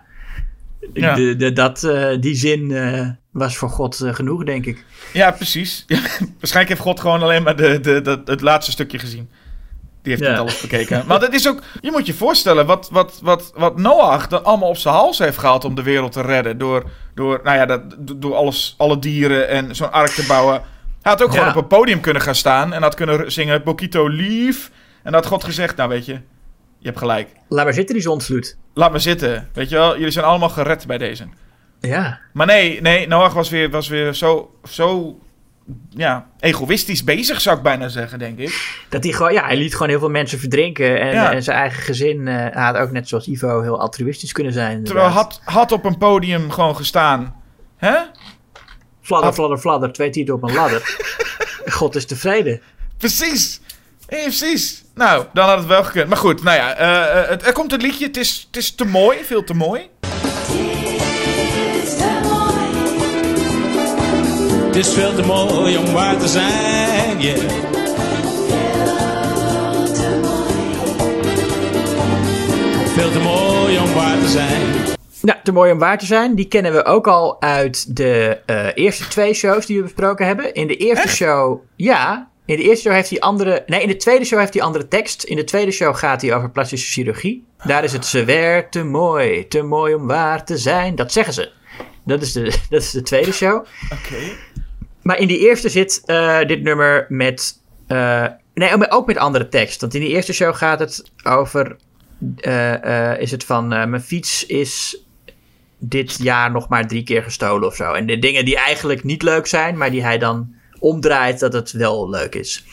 S3: ja, die zin was voor God genoeg, denk ik.
S2: Ja, precies. Ja, waarschijnlijk heeft God gewoon alleen maar het laatste stukje gezien. Die heeft niet alles bekeken. Maar het is ook... Je moet je voorstellen wat Noach dan allemaal op zijn hals heeft gehaald om de wereld te redden. Door alle dieren en zo'n ark te bouwen. Hij had ook gewoon op een podium kunnen gaan staan en had kunnen zingen Bokito lief. En had God gezegd, nou weet je hebt gelijk.
S3: Laat maar zitten die zondvloed.
S2: Laat maar zitten. Weet je wel, jullie zijn allemaal gered bij deze.
S3: Ja.
S2: Maar nee, Noach was weer zo egoïstisch bezig, zou ik bijna zeggen, denk ik.
S3: Dat hij liet gewoon heel veel mensen verdrinken. En zijn eigen gezin had ook net zoals Ivo heel altruïstisch kunnen zijn. Inderdaad.
S2: Terwijl had op een podium gewoon gestaan. Hè?
S3: Fladder, 2 tieten op een ladder. God is tevreden.
S2: Precies. Nou, dan had het wel gekund. Maar goed, nou ja, er komt het liedje. Het is te mooi, veel te mooi.
S1: Het is veel te mooi om waar te zijn, yeah. veel te mooi om waar te zijn.
S3: Nou, te mooi om waar te zijn. Die kennen we ook al uit de eerste 2 shows die we besproken hebben. In de eerste show... Ja, in de eerste show heeft hij andere... Nee, in de tweede show heeft hij andere tekst. In de tweede show gaat hij over plastische chirurgie. Daar is het ze weer te mooi om waar te zijn. Dat zeggen ze. Dat is de tweede show.
S2: Oké.
S3: Maar in die eerste zit dit nummer met... nee, ook met andere tekst. Want in die eerste show gaat het over... is het van... mijn fiets is dit jaar nog maar 3 keer gestolen of zo. En de dingen die eigenlijk niet leuk zijn... maar die hij dan omdraait dat het wel leuk is.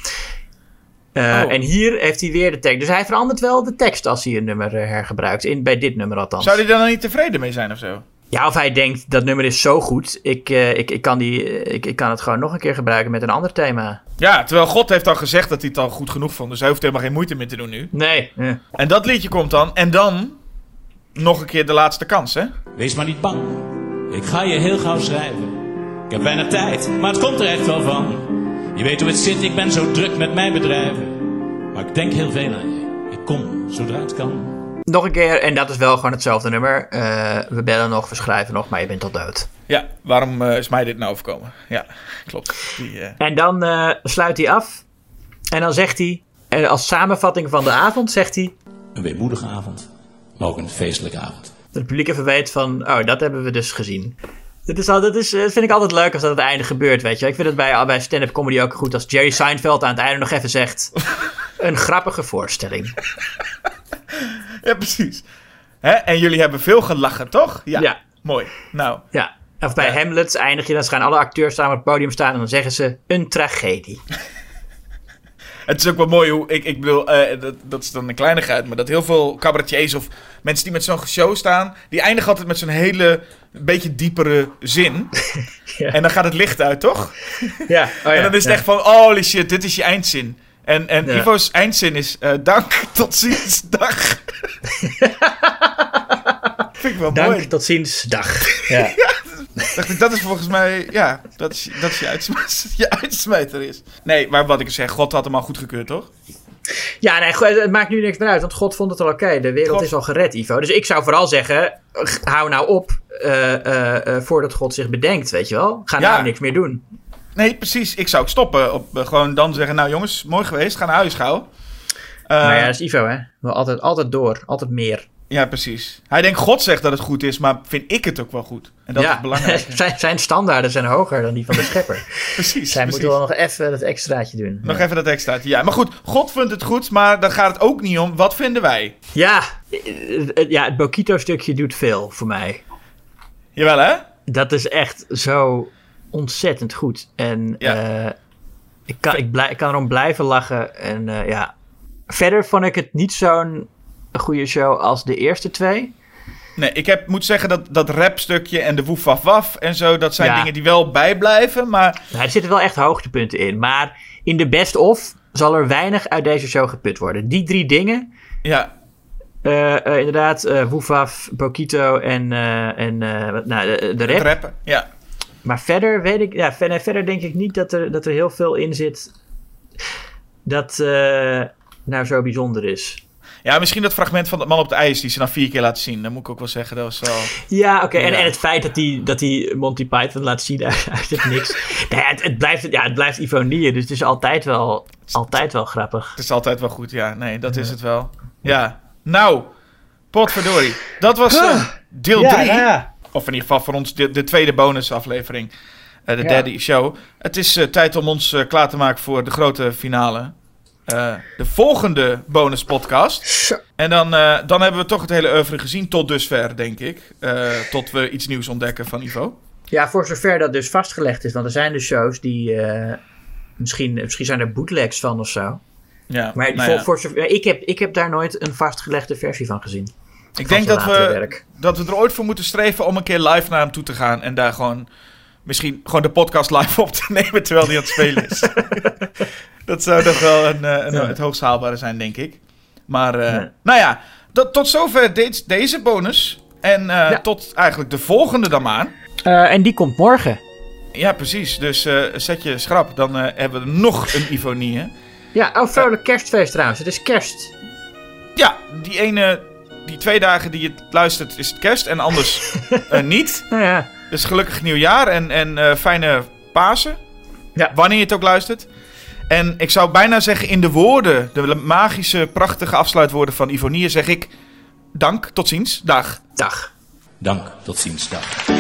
S3: En hier heeft hij weer de tekst. Dus hij verandert wel de tekst als hij een nummer hergebruikt. Bij dit nummer althans.
S2: Zou hij daar dan niet tevreden mee zijn of zo?
S3: Ja, of hij denkt, dat nummer is zo goed. Ik kan het gewoon nog een keer gebruiken met een ander thema.
S2: Ja, terwijl God heeft al gezegd dat hij het al goed genoeg vond. Dus hij hoeft helemaal geen moeite meer te doen nu.
S3: Nee. Ja.
S2: En dat liedje komt dan. En dan nog een keer de laatste kans, hè?
S1: Wees maar niet bang, ik ga je heel gauw schrijven. Ik heb weinig tijd, maar het komt er echt wel van. Je weet hoe het zit, ik ben zo druk met mijn bedrijven. Maar ik denk heel veel aan je, ik kom zodra het kan.
S3: Nog een keer, en dat is wel gewoon hetzelfde nummer. We bellen nog, we schrijven nog, maar je bent al dood.
S2: Ja, waarom is mij dit nou overkomen? Ja, klopt.
S3: En dan sluit hij af. En dan zegt hij, als samenvatting van de avond, zegt hij...
S1: Een weemoedige avond, maar ook een feestelijke avond.
S3: Dat het publiek even weet van, dat hebben we dus gezien. Dat vind ik altijd leuk als dat aan het einde gebeurt, weet je. Ik vind het bij stand-up comedy ook goed als Jerry Seinfeld aan het einde nog even zegt... Een grappige voorstelling.
S2: Ja, precies. Hè? En jullie hebben veel gelachen, toch? Ja. Mooi. Nou.
S3: Ja. Of bij Hamlet eindig je, dan gaan alle acteurs samen op het podium staan... en dan zeggen ze, een tragedie.
S2: Het is ook wel mooi hoe... Ik bedoel, dat is dan een kleinigheid... maar dat heel veel cabaretiers of mensen die met zo'n show staan... die eindigen altijd met zo'n hele... beetje diepere zin. Ja. En dan gaat het licht uit, toch?
S3: Ja.
S2: En dan is het echt van... holy shit, dit is je eindzin. En Ivo's eindzin is... dank, tot ziens, dag. Vind ik wel mooi.
S3: Dank, tot ziens, dag. Ja.
S2: Dacht ik, dat is volgens mij... Ja, dat is je uitsmijter is. Nee, maar wat ik zeg, God had hem al goedgekeurd, toch?
S3: Ja, nee, het maakt nu niks meer uit, want God vond het al oké. De wereld is al gered, Ivo. Dus ik zou vooral zeggen, hou nou op voordat God zich bedenkt, weet je wel. Ga nou niks meer doen.
S2: Nee, precies. Ik zou ook stoppen. Gewoon dan zeggen, nou jongens, mooi geweest, ga naar huis gauw.
S3: Nou ja, dat is Ivo, hè. Wel altijd door, altijd meer.
S2: Ja, precies. Hij denkt, God zegt dat het goed is, maar vind ik het ook wel goed? En dat is belangrijk.
S3: Zijn standaarden zijn hoger dan die van de schepper.
S2: Precies.
S3: Zij moeten wel nog even dat extraatje doen.
S2: Nog even dat extraatje, ja. Maar goed, God vindt het goed, maar dan gaat het ook niet om. Wat vinden wij?
S3: Ja, het Boquito-stukje doet veel voor mij.
S2: Jawel, hè?
S3: Dat is echt zo ontzettend goed. En ik kan erom blijven lachen. En verder vond ik het niet zo'n goede show als de eerste 2.
S2: Nee, ik moet zeggen dat rapstukje en de woef waf waf en zo... dat zijn dingen die wel bijblijven, maar...
S3: Nou, er zitten wel echt hoogtepunten in. Maar in de best-of zal er weinig uit deze show geput worden. Die 3 dingen...
S2: Ja.
S3: Inderdaad, woef waf, Boquito en de rap.
S2: Het rappen, ja.
S3: Maar verder weet ik... Ja, verder denk ik niet dat er heel veel in zit... dat nou zo bijzonder is.
S2: Ja, misschien dat fragment van dat man op de ijs die ze dan 4 keer laten zien. Dat moet ik ook wel zeggen. Dat was wel...
S3: Ja, oké. En het feit dat hij Monty Python laat zien uit het niks. Nee, het blijft ironieën. Dus het is altijd wel grappig.
S2: Het is altijd wel goed, ja. Nee, dat is het wel. Ja. Nou, potverdorie. Dat was deel 3. Ja. Of in ieder geval voor ons de tweede bonusaflevering. De derde show. Het is tijd om ons klaar te maken voor de grote finale. De volgende bonuspodcast. En dan hebben we toch het hele oeuvre gezien tot dusver, denk ik. Tot we iets nieuws ontdekken van Ivo.
S3: Ja, voor zover dat dus vastgelegd is. Want er zijn dus shows die... misschien zijn er bootlegs van of zo.
S2: Ja,
S3: maar voor zover, ik heb daar nooit een vastgelegde versie van gezien.
S2: Ik denk dat we er ooit voor moeten streven om een keer live naar hem toe te gaan. En daar misschien gewoon de podcast live op te nemen terwijl hij aan het spelen is. Dat zou toch wel het hoogst haalbare zijn, denk ik. Maar nou ja, tot zover deze bonus. En tot eigenlijk de volgende dan maar.
S3: En die komt morgen.
S2: Ja, precies. Dus zet je schrap. Dan hebben we nog een Ivonie.
S3: Ja, vrolijk kerstfeest trouwens. Het is kerst.
S2: Ja, die ene die 2 dagen die je het luistert is het kerst en anders niet.
S3: Nou ja.
S2: Dus gelukkig nieuwjaar en fijne Pasen.
S3: Ja.
S2: Wanneer je het ook luistert. En ik zou bijna zeggen in de woorden, de magische, prachtige afsluitwoorden van Ivonie zeg ik... Dank, tot ziens, dag.
S3: Dag.
S1: Dank, tot ziens, dag.